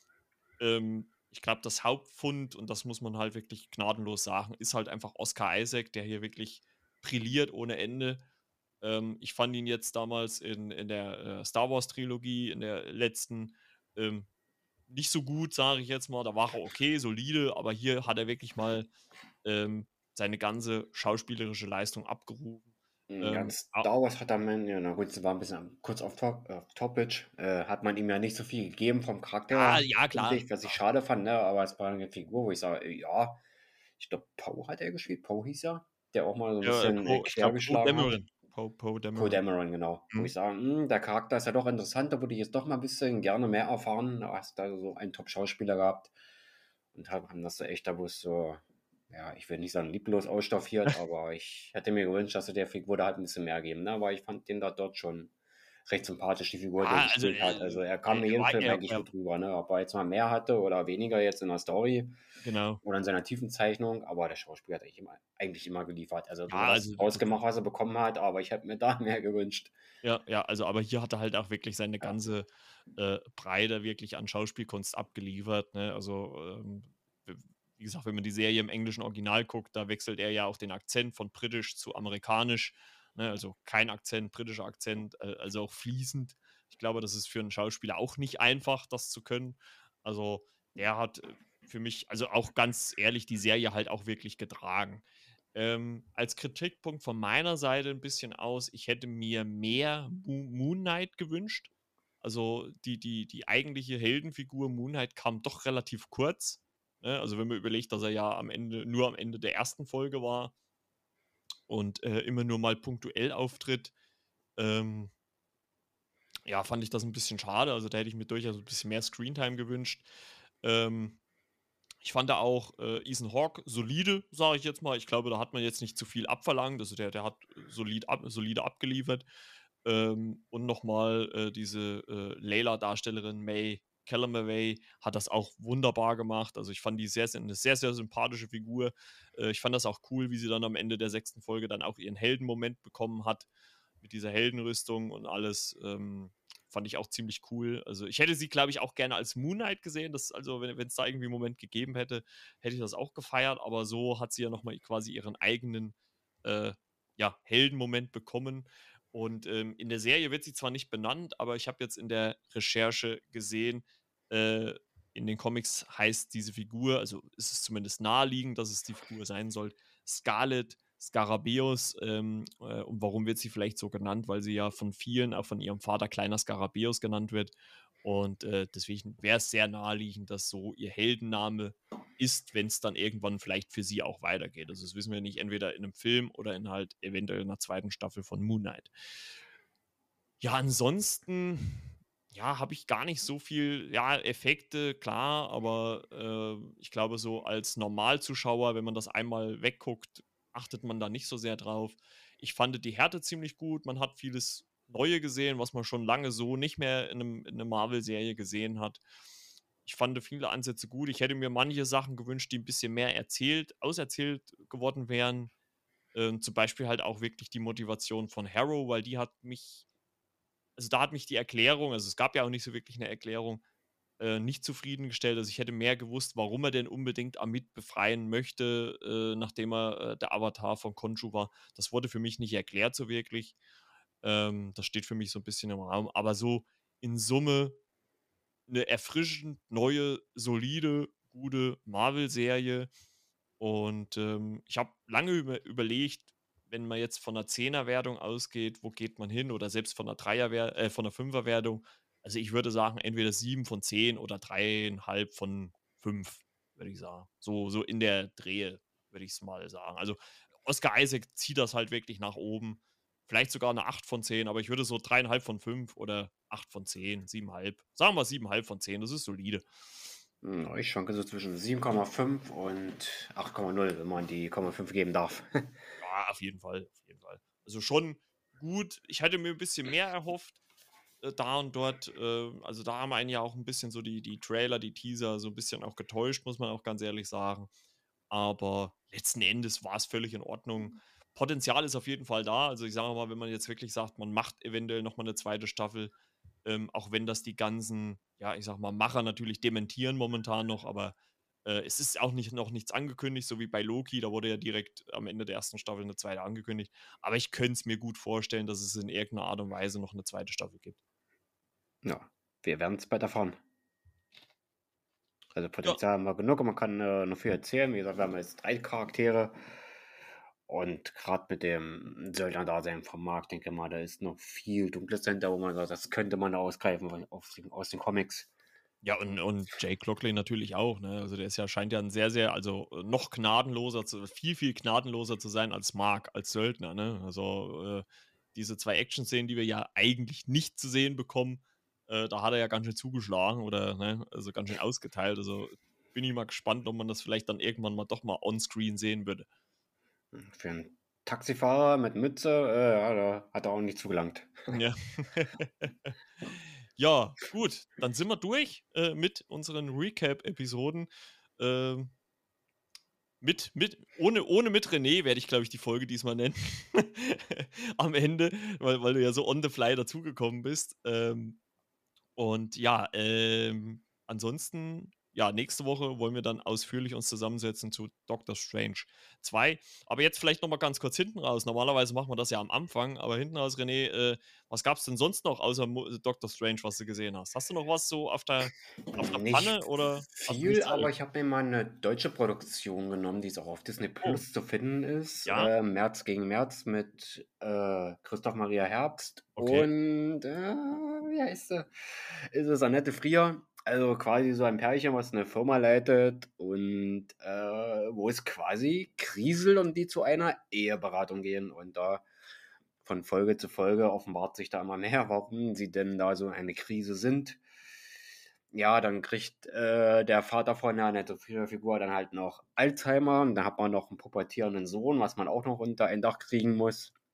Ähm, ich glaube, das Hauptpfund, und das muss man halt wirklich gnadenlos sagen, ist halt einfach Oscar Isaac, der hier wirklich brilliert ohne Ende. Ähm, ich fand ihn jetzt damals in, in der äh, Star Wars Trilogie, in der letzten, ähm, nicht so gut, sage ich jetzt mal. Da war er okay, solide, aber hier hat er wirklich mal ähm, seine ganze schauspielerische Leistung abgerufen. Hm, Ja, in Ähm, ah, Star Wars hat er man, ja, na gut, es war ein bisschen kurz auf, top, auf Topic, äh, hat man ihm ja nicht so viel gegeben vom Charakter ja, her, ja, finde klar. ich, was ich klar. schade fand, ne? Aber es war eine Figur, wo ich sage, äh, ja, ich glaube, Poe hat er gespielt, Poe hieß er, der auch mal so ein Ja, äh, bisschen äh, Poe, ich glaube, Poe quergeschlagen hat. Dameron. Poe, Poe Poe Dameron. Dameron, genau. Wo Mhm. ich sage, hm, der Charakter ist ja doch interessant, da würde ich jetzt doch mal ein bisschen gerne mehr erfahren. Da hast da so einen Top-Schauspieler gehabt und hab- haben das so echt, da wo es so, ja, ich will nicht sagen lieblos ausstaffiert, aber ich hätte mir gewünscht, dass sie der Figur da halt ein bisschen mehr geben, ne? Aber ich fand den da dort schon recht sympathisch, die Figur, die er Ja, also gespielt hat. äh, Also er kam er, mir er jeden war Film er, eigentlich er, gut rüber, ne? Ob er jetzt mal mehr hatte oder weniger jetzt in der Story genau. oder in seiner tiefen Zeichnung, aber der Schauspieler hat eigentlich immer, eigentlich immer geliefert. Also so Ja, das also das, ausgemacht, was er bekommen hat, aber ich hätte mir da mehr gewünscht. ja, ja, also aber hier hat er halt auch wirklich seine Ja. ganze äh, Breite wirklich an Schauspielkunst abgeliefert. Ne? Also, ähm, w- wie gesagt, wenn man die Serie im englischen Original guckt, da wechselt er ja auch den Akzent von britisch zu amerikanisch. Ne? Also kein Akzent, britischer Akzent, äh, also auch fließend. Ich glaube, das ist für einen Schauspieler auch nicht einfach, das zu können. Also, der hat äh, für mich, also auch ganz ehrlich, die Serie halt auch wirklich getragen. Ähm, als Kritikpunkt von meiner Seite ein bisschen aus, ich hätte mir mehr Mo Moon Knight gewünscht. Also die, die, die eigentliche Heldenfigur Moon Knight kam doch relativ kurz. Ne? Also wenn man überlegt, dass er ja am Ende, nur am Ende der ersten Folge war und äh, immer nur mal punktuell auftritt, ähm, ja, fand ich das ein bisschen schade. Also da hätte ich mir durchaus ein bisschen mehr Screentime gewünscht. Ähm, Ich fand da auch äh, Ethan Hawke solide, sage ich jetzt mal. Ich glaube, da hat man jetzt nicht zu viel abverlangt. Also der, der hat solid ab, solide abgeliefert. Ähm, und nochmal äh, diese äh, Layla-Darstellerin May Calamawy hat das auch wunderbar gemacht. Also ich fand die sehr, sehr eine sehr, sehr sympathische Figur. Äh, ich fand das auch cool, wie sie dann am Ende der sechsten Folge dann auch ihren Heldenmoment bekommen hat mit dieser Heldenrüstung und alles. Ähm, fand ich auch ziemlich cool. Also ich hätte sie, glaube ich, auch gerne als Moon Knight gesehen. Das, also wenn es da irgendwie einen Moment gegeben hätte, hätte ich das auch gefeiert. Aber so hat sie ja nochmal quasi ihren eigenen äh, ja, Heldenmoment bekommen. Und ähm, in der Serie wird sie zwar nicht benannt, aber ich habe jetzt in der Recherche gesehen, äh, in den Comics heißt diese Figur, also ist es zumindest naheliegend, dass es die Figur sein soll, Scarlet Skarabäus. Ähm, äh, und warum wird sie vielleicht so genannt? Weil sie ja von vielen, auch von ihrem Vater, kleiner Skarabäus genannt wird. Und äh, deswegen wäre es sehr naheliegend, dass so ihr Heldenname ist, wenn es dann irgendwann vielleicht für sie auch weitergeht. Also das wissen wir nicht, entweder in einem Film oder in halt eventuell einer zweiten Staffel von Moon Knight. Ja, ansonsten, ja, habe ich gar nicht so viel, ja, Effekte, klar, aber äh, ich glaube, so als Normalzuschauer, wenn man das einmal wegguckt, achtet man da nicht so sehr drauf. Ich fand die Härte ziemlich gut, man hat vieles Neue gesehen, was man schon lange so nicht mehr in, einem, in einer Marvel-Serie gesehen hat. Ich fand viele Ansätze gut. Ich hätte mir manche Sachen gewünscht, die ein bisschen mehr erzählt, auserzählt geworden wären. Ähm, zum Beispiel halt auch wirklich die Motivation von Harrow, weil die hat mich also da hat mich die Erklärung, also es gab ja auch nicht so wirklich eine Erklärung, äh, nicht zufriedengestellt. Also ich hätte mehr gewusst, warum er denn unbedingt Amit befreien möchte, äh, nachdem er äh, der Avatar von Khonshu war. Das wurde für mich nicht erklärt so wirklich. Ähm, das steht für mich so ein bisschen im Raum. Aber so in Summe eine erfrischend neue, solide, gute Marvel-Serie. Und ähm, ich habe lange über, überlegt, wenn man jetzt von einer Zehner-Wertung ausgeht, wo geht man hin? Oder selbst von einer Dreier äh, von einer Fünfer-Wertung. Also ich würde sagen, entweder sieben von zehn oder dreieinhalb von fünf, würde ich sagen. So, so in der Drehe, würde ich es mal sagen. Also Oscar Isaac zieht das halt wirklich nach oben. Vielleicht sogar eine acht von zehn, aber ich würde so dreieinhalb von fünf oder acht von zehn, sieben Komma fünf. Sagen wir sieben Komma fünf von zehn, das ist solide. Hm, Ich schwanke so zwischen sieben Komma fünf und acht Komma null, wenn man die Komma fünf geben darf. Ja, auf jeden Fall, auf jeden Fall. Also schon gut. Ich hatte mir ein bisschen mehr erhofft, äh, da und dort. Äh, also da haben einen ja auch ein bisschen so die, die Trailer, die Teaser so ein bisschen auch getäuscht, muss man auch ganz ehrlich sagen. Aber letzten Endes war es völlig in Ordnung. Potenzial ist auf jeden Fall da. Also ich sage mal, wenn man jetzt wirklich sagt, man macht eventuell nochmal eine zweite Staffel, ähm, auch wenn das die ganzen, ja, ich sag mal, Macher natürlich dementieren momentan noch, aber äh, es ist auch nicht, noch nichts angekündigt, so wie bei Loki, da wurde ja direkt am Ende der ersten Staffel eine zweite angekündigt. Aber ich könnte es mir gut vorstellen, dass es in irgendeiner Art und Weise noch eine zweite Staffel gibt. Ja, wir werden es bald erfahren. Also Ja, Potenzial haben wir genug und man kann äh, noch viel erzählen. Wie gesagt, wir haben jetzt drei Charaktere. Und gerade mit dem Söldner-Dasein vom Markt, denke mal, da ist noch viel Dunkles dahinter, wo man sagt, das könnte man ausgreifen von- aus den, aus den Comics. ja, und, und Jake Lockley natürlich auch, ne? Also der ist ja, scheint ja ein sehr, sehr, also äh, noch gnadenloser zu, viel, viel gnadenloser zu sein als Mark, als Söldner, ne? Also äh, diese zwei Action-Szenen, die wir ja eigentlich nicht zu sehen bekommen, äh, da hat er ja ganz schön zugeschlagen oder, ne, also ganz schön ausgeteilt. Also bin ich mal gespannt, ob man das vielleicht dann irgendwann mal doch mal on-screen sehen würde. Für einen Taxifahrer mit Mütze, äh, ja, da hat er auch nicht zugelangt. Ja. Ja, gut, dann sind wir durch äh, mit unseren Recap-Episoden. Ähm, Mit, mit, ohne, ohne mit René werde ich, glaube ich, die Folge diesmal nennen. Am Ende, weil, weil du ja so on the fly dazugekommen bist. Ähm, und ja, ähm, ansonsten, ja, nächste Woche wollen wir dann ausführlich uns zusammensetzen zu Doctor Strange zwei. Aber jetzt vielleicht nochmal ganz kurz hinten raus. Normalerweise machen wir das ja am Anfang, aber hinten raus, René, äh, was gab es denn sonst noch außer Mo Doctor Strange, was du gesehen hast? Hast du noch was so auf der, auf der Nicht Pfanne oder hast du viel, nichts aber Neues? ich habe mir mal eine deutsche Produktion genommen, die auch auf Disney Oh, Plus zu finden ist. ja, Äh, März gegen März mit äh, Christoph Maria Herbst okay. und äh, wie heißt sie? Ist es Annette Frier? Also quasi so ein Pärchen, was eine Firma leitet und äh, wo es quasi kriselt und die zu einer Eheberatung gehen. Und da von Folge zu Folge offenbart sich da immer mehr, warum sie denn da so eine Krise sind. Ja, dann kriegt äh, der Vater von der Annette Frier Figur dann halt noch Alzheimer und dann hat man noch einen pubertierenden Sohn, was man auch noch unter ein Dach kriegen muss.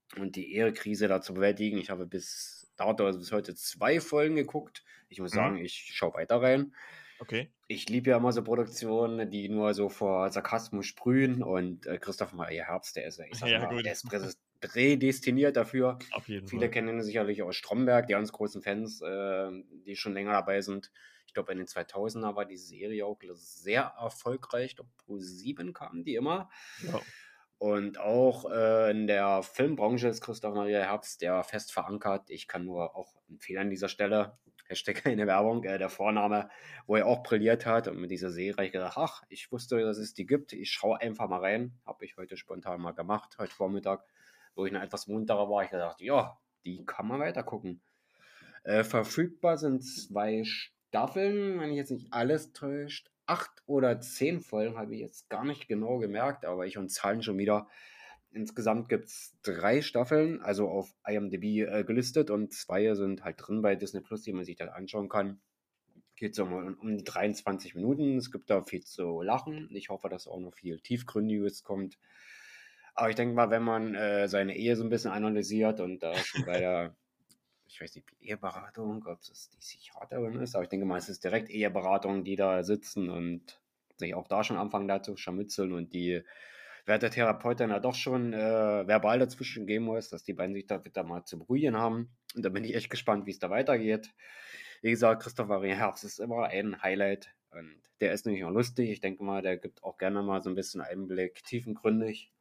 und die Ehekrise da zu bewältigen. Ich habe bis dato, also bis heute zwei Folgen geguckt. Ich muss Mhm. sagen, ich schaue weiter rein. Okay. Ich liebe ja immer so Produktionen, die nur so vor Sarkasmus sprühen und äh, Christoph Maria Herbst, der ist, ich sag Ja, mal, gut. der ist prä- prädestiniert dafür. Auf jeden Viele Fall. kennen ihn sicherlich aus Stromberg, die ganz großen Fans, äh, die schon länger dabei sind. Ich glaube, in den zweitausender war die Serie auch sehr erfolgreich. Ich glaube, Pro sieben kamen die immer. Ja. Und auch äh, in der Filmbranche ist Christoph Maria Herbst der fest verankert. Ich kann nur auch empfehlen an dieser Stelle, Hashtag keine Werbung, äh, der Vorname, wo er auch brilliert hat. Und mit dieser Serie habe ich gedacht, ach, ich wusste, dass es die gibt. Ich schaue einfach mal rein. Habe ich heute spontan mal gemacht, heute Vormittag, wo ich noch etwas munterer war. Ich gedacht, ja, die kann man weiter gucken. Äh, verfügbar sind zwei Staffeln, wenn ich jetzt nicht alles täuscht. Acht oder zehn Folgen habe ich jetzt gar nicht genau gemerkt, aber ich und Zahlen schon wieder. Insgesamt gibt es drei Staffeln, also auf IMDb äh, gelistet, und zwei sind halt drin bei Disney Plus, die man sich dann anschauen kann. Geht so um, um die dreiundzwanzig Minuten. Es gibt da viel zu lachen. Ich hoffe, dass auch noch viel Tiefgründiges kommt. Aber ich denke mal, wenn man äh, seine Ehe so ein bisschen analysiert und da schon bei der, ich weiß nicht, Eheberatung, ob es die Psychiaterin ist, aber ich denke mal, es ist direkt Eheberatung, die da sitzen und sich auch da schon anfangen, da zu scharmützeln und die werte Therapeutin ja doch schon äh, verbal dazwischen gehen muss, dass die beiden sich da wieder mal zu beruhigen haben. Und da bin ich echt gespannt, wie es da weitergeht. Wie gesagt, Christoph Maria Herbst ist immer ein Highlight und der ist nämlich auch lustig. Ich denke mal, der gibt auch gerne mal so ein bisschen Einblick, tiefengründig.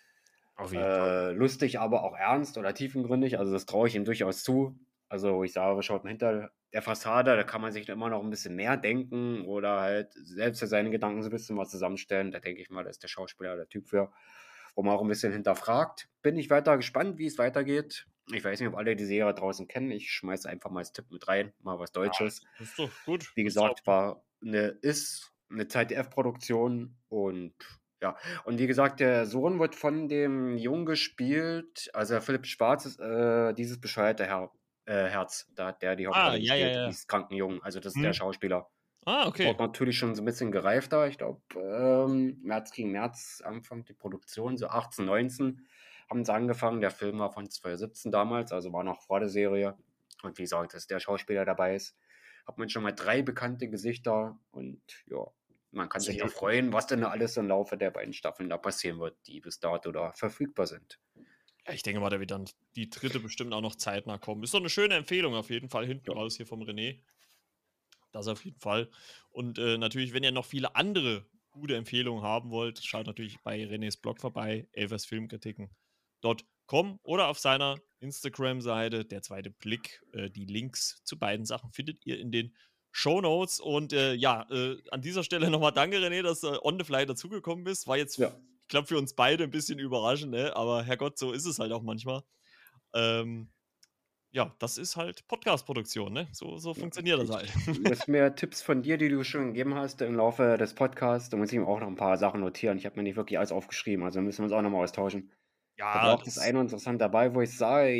Auf jeden Fall. Äh, lustig, aber auch ernst oder tiefengründig. Also das traue ich ihm durchaus zu. Also ich sage, schaut mal hinter der Fassade, da kann man sich immer noch ein bisschen mehr denken oder halt selbst für seine Gedanken so ein bisschen was zusammenstellen. Da denke ich mal, da ist der Schauspieler der Typ für, wo man auch ein bisschen hinterfragt. Bin ich weiter gespannt, wie es weitergeht. Ich weiß nicht, ob alle die Serie draußen kennen. Ich schmeiße einfach mal als Tipp mit rein, mal was Deutsches. Das ist doch gut. Wie Das ist auch gesagt, war eine, ist eine Z D F-Produktion und ja, und wie gesagt, der Sohn wird von dem Jungen gespielt, also Philipp Schwarz ist äh, dieses bescheuerte Her äh, Herz, da hat der die Ah, Hauptrolle ja, ja, gespielt, ja. dieses kranken Jungen, also das ist der Hm. Schauspieler. Ah, Dort okay. natürlich schon so ein bisschen gereifter, ich glaube, ähm, März gegen März, Anfang die Produktion, so achtzehn, neunzehn haben sie angefangen, der Film war von zwanzig siebzehn damals, also war noch vor der Serie und wie gesagt, dass der Schauspieler dabei ist, hat man schon mal drei bekannte Gesichter und ja, man kann sich Sehr noch freuen, was denn da alles im Laufe der beiden Staffeln da passieren wird, die bis dato da verfügbar sind. Ja, ich denke mal, da wird dann die dritte bestimmt auch noch zeitnah kommen. Ist doch eine schöne Empfehlung auf jeden Fall hinten Ja. raus hier vom René. Das auf jeden Fall. Und äh, natürlich, wenn ihr noch viele andere gute Empfehlungen haben wollt, schaut natürlich bei Renés Blog vorbei, elfers filmkritiken punkt com oder auf seiner Instagram-Seite, der zweite Blick. Äh, die Links zu beiden Sachen findet ihr in den Shownotes. Und äh, ja, äh, an dieser Stelle nochmal danke, René, dass du on the fly dazugekommen bist. War jetzt, Ja. ich glaube, für uns beide ein bisschen überraschend, ne? Aber Herrgott, so ist es halt auch manchmal. Ähm, ja, das ist halt Podcast-Produktion, ne? So, so funktioniert das halt. Ich muss mir Tipps von dir, die du schon gegeben hast im Laufe des Podcasts, da muss ich mir auch noch ein paar Sachen notieren. Ich habe mir nicht wirklich alles aufgeschrieben, also müssen wir uns auch nochmal austauschen. Da Ja, war auch das das, eine interessant dabei, wo ich sage,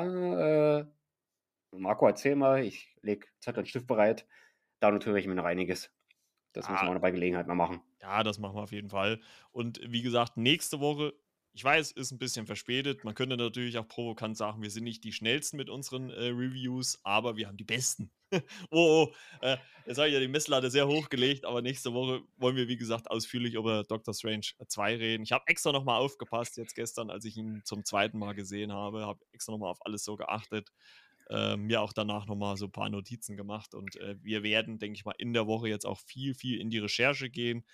ja, äh, Marco, erzähl mal, ich lege Zettel und Stift bereit. Da notiere ich mir noch einiges. Das müssen wir ah, auch noch bei Gelegenheit mal machen. ja, das machen wir auf jeden Fall. Und wie gesagt, nächste Woche, ich weiß, ist ein bisschen verspätet. Man könnte natürlich auch provokant sagen, wir sind nicht die schnellsten mit unseren äh, Reviews, aber wir haben die besten. oh, oh äh, jetzt habe ich ja die Messlatte sehr hochgelegt, aber nächste Woche wollen wir, wie gesagt, ausführlich über Doctor Strange zwei reden. Ich habe extra nochmal aufgepasst, jetzt gestern, als ich ihn zum zweiten Mal gesehen habe, habe extra nochmal auf alles so geachtet. Äh, mir auch danach nochmal so ein paar Notizen gemacht und äh, wir werden, denke ich mal, in der Woche jetzt auch viel, viel in die Recherche gehen.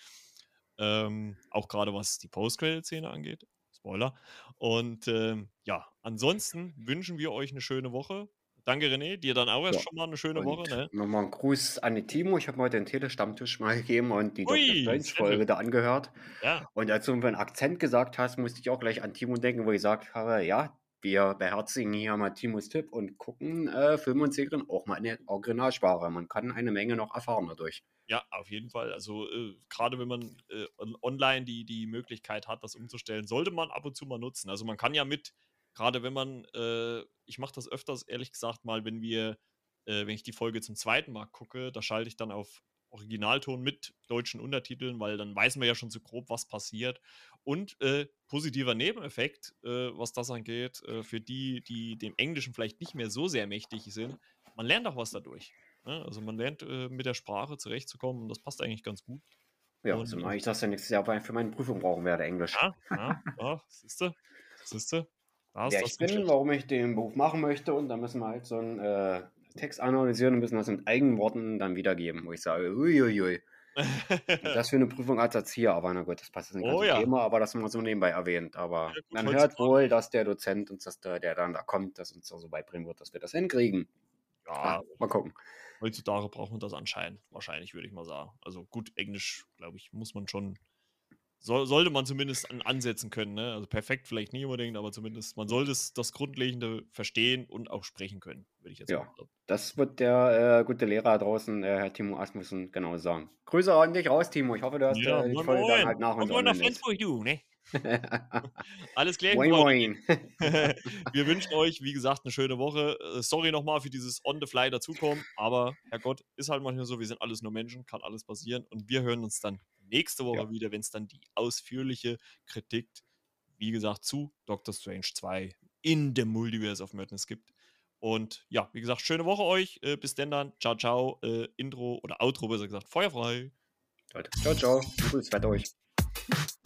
Ähm, auch gerade was die Post-Credit-Szene angeht. Spoiler. Und ähm, ja, ansonsten wünschen wir euch eine schöne Woche. Danke, René. Dir dann auch erst Ja. schon mal eine schöne Und Woche. Ne? nochmal ein Gruß an die Timo. Ich habe mir heute den Telestammtisch mal gegeben und die Doctor Ui, sehr Strange-Folge schön. da angehört. Ja, Und als du einen Akzent gesagt hast, musste ich auch gleich an Timo denken, wo ich gesagt habe, ja, wir beherzigen hier mal Timos Tipp und gucken äh, Filme und Serien auch mal in der Originalsprache. Man kann eine Menge noch erfahren dadurch. ja, auf jeden Fall. Also äh, gerade wenn man äh, on online die, die Möglichkeit hat, das umzustellen, sollte man ab und zu mal nutzen. Also man kann ja mit, gerade wenn man, äh, ich mache das öfters, ehrlich gesagt, mal, wenn wir, äh, wenn ich die Folge zum zweiten Mal gucke, da schalte ich dann auf Originalton mit deutschen Untertiteln, weil dann weiß man ja schon so grob, was passiert. Und äh, positiver Nebeneffekt, äh, was das angeht, äh, für die, die dem Englischen vielleicht nicht mehr so sehr mächtig sind, man lernt auch was dadurch. Ne? Also man lernt äh, mit der Sprache zurechtzukommen und das passt eigentlich ganz gut. Ja, Und, so äh, mache ich das ja nächstes Jahr für meine Prüfung brauchen werde, Englisch. ja, ja, ja, siehste, siehste, da hast Wer du ich das nicht bin, schlecht. warum ich den Beruf machen möchte und dann müssen wir halt so einen äh, Text analysieren und müssen das mit eigenen Worten dann wiedergeben, wo ich sage, uiuiui. Das für eine Prüfung als Erzieher, aber na gut, das passt jetzt nicht Oh ganz zum ja. Thema, aber das mal so nebenbei erwähnt. Ja, Aber gut, man heutzutage- hört wohl, dass der Dozent uns das, da- der dann da kommt, das uns da so beibringen wird, dass wir das hinkriegen. Ja, Ah, mal gucken. heutzutage braucht man das anscheinend, wahrscheinlich, würde ich mal sagen. Also gut, Englisch, glaube ich, muss man schon, soll, sollte man zumindest an, ansetzen können. Ne? Also perfekt vielleicht nicht unbedingt, aber zumindest, man sollte es, das Grundlegende verstehen und auch sprechen können, würde ich jetzt Ja, mal sagen. das wird der äh, gute Lehrer draußen, äh, Herr Timo Asmussen, genau sagen. Grüße an dich raus, Timo. Ich hoffe, du hast Ja, äh, die moin, Folge dann moin. halt nach uns Moin, moin nach online ist. Flensburg, du, ne? Alles klar, Moin, Freunde. moin. Wir wünschen euch, wie gesagt, eine schöne Woche. Äh, Sorry nochmal für dieses On-the-Fly dazukommen, aber Herrgott, ist halt manchmal so, wir sind alles nur Menschen, kann alles passieren und wir hören uns dann nächste Woche Ja. wieder, wenn es dann die ausführliche Kritik, wie gesagt, zu Doctor Strange zwei in the Multiverse of Madness gibt. Und ja, wie gesagt, schöne Woche euch. Äh, bis denn dann. Ciao, ciao. Äh, Intro oder Outro, besser gesagt, feuerfrei. Ciao, ciao. Gutes Wetter euch.